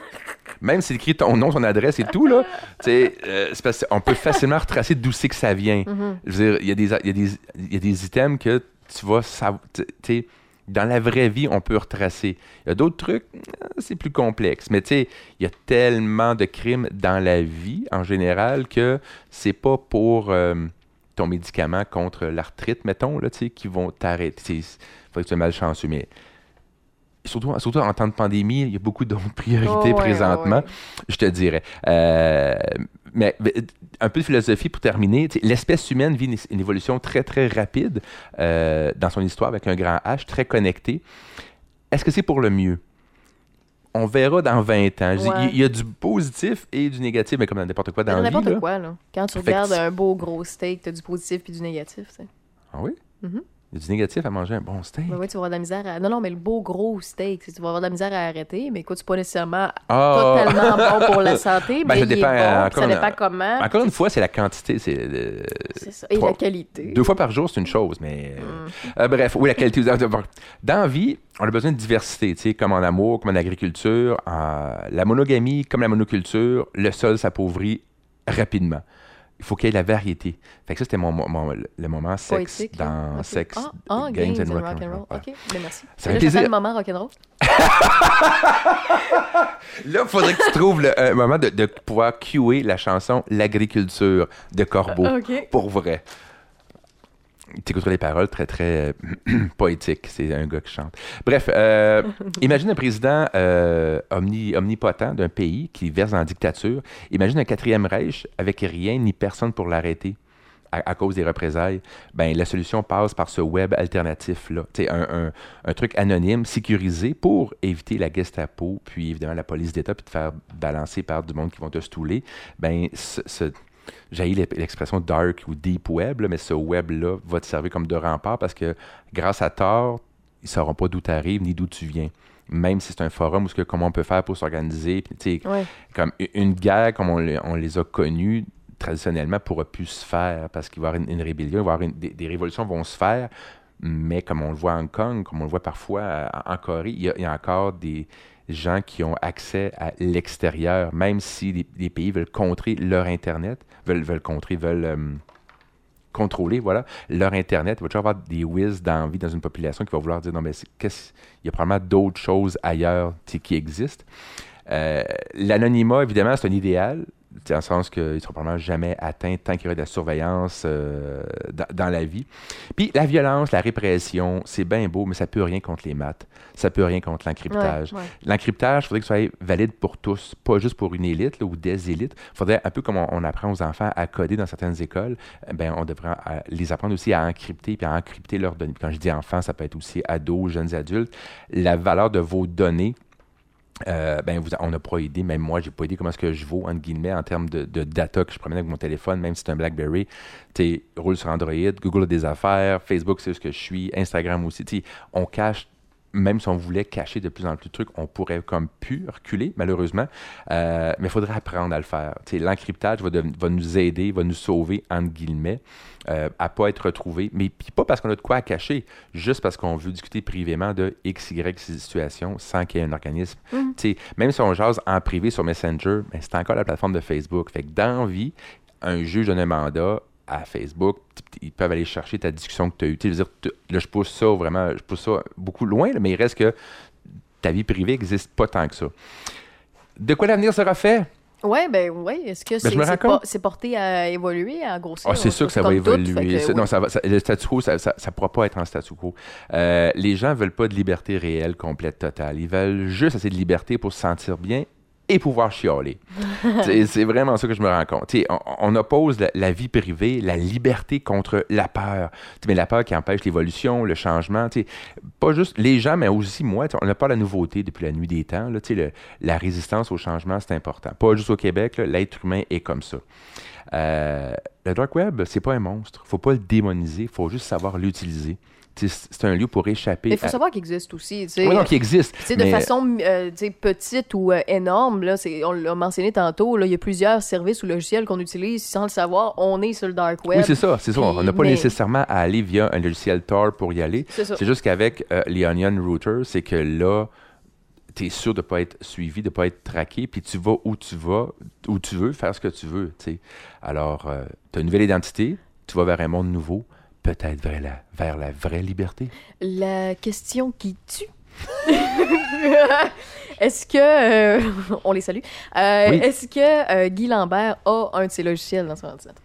Même si c'est écrit ton nom, ton adresse et tout, là, tu sais, euh, c'est parce qu'on peut facilement retracer d'où c'est que ça vient. Mhm. Je veux dire, il y a des, il y a des, il y a des items que tu vas savoir, tu sais, dans la vraie vie, on peut retracer. Il y a d'autres trucs, euh, c'est plus complexe. Mais tu sais, il y a tellement de crimes dans la vie, en général, que c'est pas pour euh, ton médicament contre l'arthrite, mettons, là, tu sais, qui vont t'arrêter. Il faut que tu sois malchanceux, mais surtout, surtout en temps de pandémie, il y a beaucoup d'autres priorités Oh, ouais, présentement, ouais. je te dirais. Euh, mais, mais, un peu de philosophie pour terminer. Tu sais, l'espèce humaine vit une, une évolution très, très rapide euh, dans son histoire avec un grand H, très connecté. Est-ce que c'est pour le mieux? On verra dans vingt ans. Je dis, Ouais. il y a du positif et du négatif, mais comme dans n'importe quoi dans Dans la vie. n'importe là. quoi, là. Quand tu Fait que regardes tu- un beau gros steak, t'as du positif puis du négatif, tu sais. Ah oui? Mhm. Il y a du négatif à manger un bon steak. Ben ouais, tu vas avoir de la misère à... Non, non, mais le beau gros steak, tu sais, tu vas avoir de la misère à arrêter, mais écoute, c'est pas nécessairement Ah! totalement bon pour la santé, Ben, mais ça il est dépend, bon, euh, puis ça encore dépend une- comment. Encore une fois, c'est la quantité. C'est, euh, C'est ça. Et trois- la qualité. Deux fois par jour, c'est une chose, mais... euh, Mm. euh, bref, oui, la qualité. Dans la vie, on a besoin de diversité, tu sais, comme en amour, comme en agriculture. En- la monogamie, comme la monoculture, le sol s'appauvrit rapidement. Il faut qu'il y ait la variété. Fait que ça, c'était mon, mon- le moment sexe Poétique, dans hein? Ok. Sex, Ah, ah, Games, Games and and Rock'n'Roll. Rock'n'Roll. Ouais. OK, ben merci. Ça Là, fait j'attends plaisir. le moment rock'n'roll. Là, il faudrait que tu trouves le, un moment de, de pouvoir cuer la chanson L'agriculture de Corbeau. OK. Pour vrai. Tu écouteras les paroles très, très euh, poétiques. C'est un gars qui chante. Bref, euh, imagine un président euh, omni, omnipotent d'un pays qui verse dans la dictature. Imagine un quatrième Reich avec rien ni personne pour l'arrêter. à, à cause des représailles, ben la solution passe par ce web alternatif-là. Tu sais, un, un, un truc anonyme, sécurisé pour éviter la Gestapo, puis évidemment la police d'État, puis te faire balancer par du monde qui vont te stouler. Ben, ce, ce j'ai l'expression dark ou deep web, là, mais ce web-là va te servir comme de rempart parce que grâce à Tor, ils ne sauront pas d'où tu arrives ni d'où tu viens. Même si c'est un forum où ce que, comment on peut faire pour s'organiser. Ouais. Comme une guerre, comme on les, on les a connues traditionnellement, pourra plus se faire parce qu'il va y avoir une, une rébellion, il va y avoir une, des, des révolutions vont se faire, mais comme on le voit à Hong Kong, comme on le voit parfois en, en Corée, il y, a, il y a encore des gens qui ont accès à l'extérieur, même si les, les pays veulent contrer leur Internet, veulent, veulent contrer, veulent... Euh, contrôler, voilà, leur Internet. Il va toujours avoir des whiz d'envie dans une population qui va vouloir dire, non, mais qu'est-ce, il y a probablement d'autres choses ailleurs qui existent. Euh, l'anonymat, évidemment, c'est un idéal, dans le sens qu'il ne sera probablement jamais atteint tant qu'il y aura de la surveillance euh, dans, dans la vie. Puis la violence, la répression, c'est bien beau, mais ça ne peut rien contre les maths. Ça ne peut rien contre l'encryptage. Ouais, ouais. L'encryptage, il faudrait que ce soit valide pour tous, pas juste pour une élite là, ou des élites. Il faudrait, un peu comme on, on apprend aux enfants à coder dans certaines écoles, ben, on devrait euh, les apprendre aussi à encrypter puis à encrypter leurs données. Puis quand je dis enfants, ça peut être aussi ados, jeunes adultes. La valeur de vos données, Euh, ben vous, on n'a pas aidé, même moi, j'ai pas aidé comment est-ce que je vaux, entre guillemets, en termes de, de data que je promène avec mon téléphone, même si c'est un BlackBerry. Tu roule sur Android, Google a des affaires, Facebook, c'est ce que je suis, Instagram aussi. T'sais, on cache, même si on voulait cacher de plus en plus de trucs, on pourrait comme pu reculer, malheureusement. Euh, mais il faudrait apprendre à le faire. T'sais, l'encryptage va, de, va nous aider, va nous sauver, entre guillemets, euh, à ne pas être retrouvé. Mais puis pas parce qu'on a de quoi à cacher, juste parce qu'on veut discuter privément de X, Y situations sans qu'il y ait un organisme. Mm. T'sais, même si on jase en privé sur Messenger, ben, c'est encore la plateforme de Facebook. Fait que dans la vie, un juge donne un mandat à Facebook, ils peuvent aller chercher ta discussion que tu as eue. Tu veux dire, là, je pousse ça vraiment, je pousse ça beaucoup loin, là, mais il reste que ta vie privée n'existe pas tant que ça. De quoi l'avenir sera fait? Oui, ben oui. Est-ce que ben, c'est, c'est, pas, c'est porté à évoluer, à grossir? Ah, c'est sûr que ça va évoluer. Tout, que, oui. Non, ça va, ça, le statu quo, ça ne pourra pas être en statu quo. Euh, les gens ne veulent pas de liberté réelle, complète, totale. Ils veulent juste assez de liberté pour se sentir bien et pouvoir chialer. c'est, c'est vraiment ça que je me rends compte. On, on oppose la, la vie privée, la liberté contre la peur. T'sais, mais la peur qui empêche l'évolution, le changement. Pas juste les gens, mais aussi moi. On n'a pas la nouveauté depuis la nuit des temps. Là, le, la résistance au changement, c'est important. Pas juste au Québec, là, l'être humain est comme ça. Euh, le dark web, c'est pas un monstre. Il ne faut pas le démoniser. Il faut juste savoir l'utiliser. T'sais, c'est un lieu pour échapper. Mais il faut à... savoir qu'il existe aussi. Oui, non, qu'il existe. Mais... De façon euh, petite ou euh, énorme, là, c'est, on l'a mentionné tantôt, il y a plusieurs services ou logiciels qu'on utilise sans le savoir. On est sur le dark web. Oui, c'est ça. C'est ça. On n'a pas mais... nécessairement à aller via un logiciel Tor pour y aller. C'est, ça. C'est juste qu'avec euh, les Onion Routers, c'est que là, tu es sûr de ne pas être suivi, de ne pas être traqué, puis tu vas où tu vas, où tu veux, faire ce que tu veux. T'sais. Alors, euh, tu as une nouvelle identité, tu vas vers un monde nouveau. Peut-être vers la, vers la vraie liberté. La question qui tue. Est-ce que... Euh, on les salue. Euh, oui. Est-ce que euh, Guy Lambert a un de ses logiciels dans son ordinateur?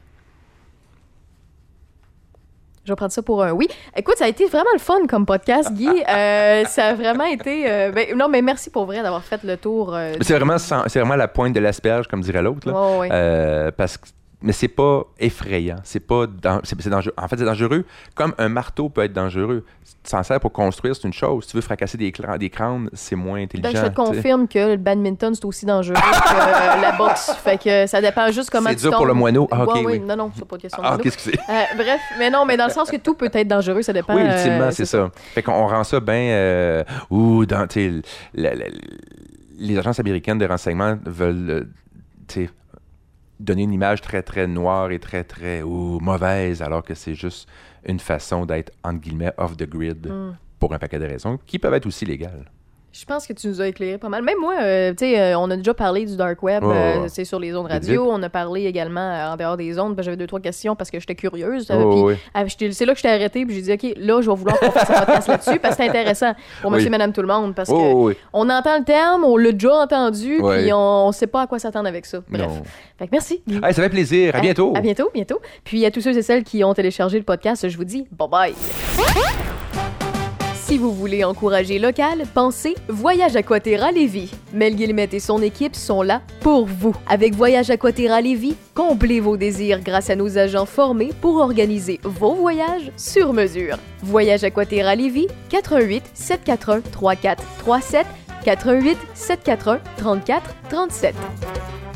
Je vais prendre ça pour un oui. Écoute, ça a été vraiment le fun comme podcast, Guy. Euh, ça a vraiment été... Euh, ben, non, mais merci pour vrai d'avoir fait le tour. Euh, c'est, vraiment, c'est vraiment la pointe de l'asperge, comme dirait l'autre. Là. Oh, oui. euh, parce que mais c'est pas effrayant, c'est pas dan- c'est, c'est dangereux. En fait, c'est dangereux comme un marteau peut être dangereux. Tu s'en sers pour construire, c'est une chose. Si tu veux fracasser des, cl- des crânes, c'est moins intelligent. Ben, je te confirme que le badminton, c'est aussi dangereux que euh, la boxe. Fait que ça dépend juste comment c'est tu dur tombes. pour le moineau. Ah, ok, ouais, oui. oui. Non, non, c'est pas une question de Ah, moineau. qu'est-ce que c'est? Euh, bref, mais non, mais dans le sens que tout peut être dangereux, ça dépend. Oui, ultimement, euh, c'est, c'est ça. ça. Fait qu'on rend ça bien... Euh, ouh, dans, tu sais, les agences américaines de renseignement veulent, tu sais, donner une image très, très noire et très, très ouh, mauvaise, alors que c'est juste une façon d'être, entre guillemets, off the grid mm. pour un paquet de raisons qui peuvent être aussi légales. Je pense que tu nous as éclairé pas mal. Même moi, euh, tu sais, euh, on a déjà parlé du dark web, oh, euh, c'est sur les ondes radio. On a parlé également euh, en dehors des ondes. Ben, j'avais deux, trois questions parce que j'étais curieuse. Euh, oh, puis, oui. euh, c'est là que je t'ai arrêté. Puis j'ai dit, OK, là, je vais vouloir qu'on fasse un podcast là-dessus parce que c'est intéressant pour monsieur, oui. madame, tout le monde. Parce oh, que oui. on entend le terme, on l'a déjà entendu, oui. puis on ne sait pas à quoi s'attendre avec ça. Bref. Non. Fait que merci. Hey, ça fait plaisir. À, à bientôt. À bientôt, bientôt. Puis à tous ceux et celles qui ont téléchargé le podcast, je vous dis bye bye. Si Si vous voulez encourager local, pensez Voyage Aquaterra Lévis. Mel Guillemette et son équipe sont là pour vous. Avec Voyage Aquaterra Lévis, comblez vos désirs grâce à nos agents formés pour organiser vos voyages sur mesure. Voyage Aquaterra Lévis, quatre un huit, sept quatre un, trois quatre trois sept, quatre un huit, sept quatre un, trois quatre trois sept.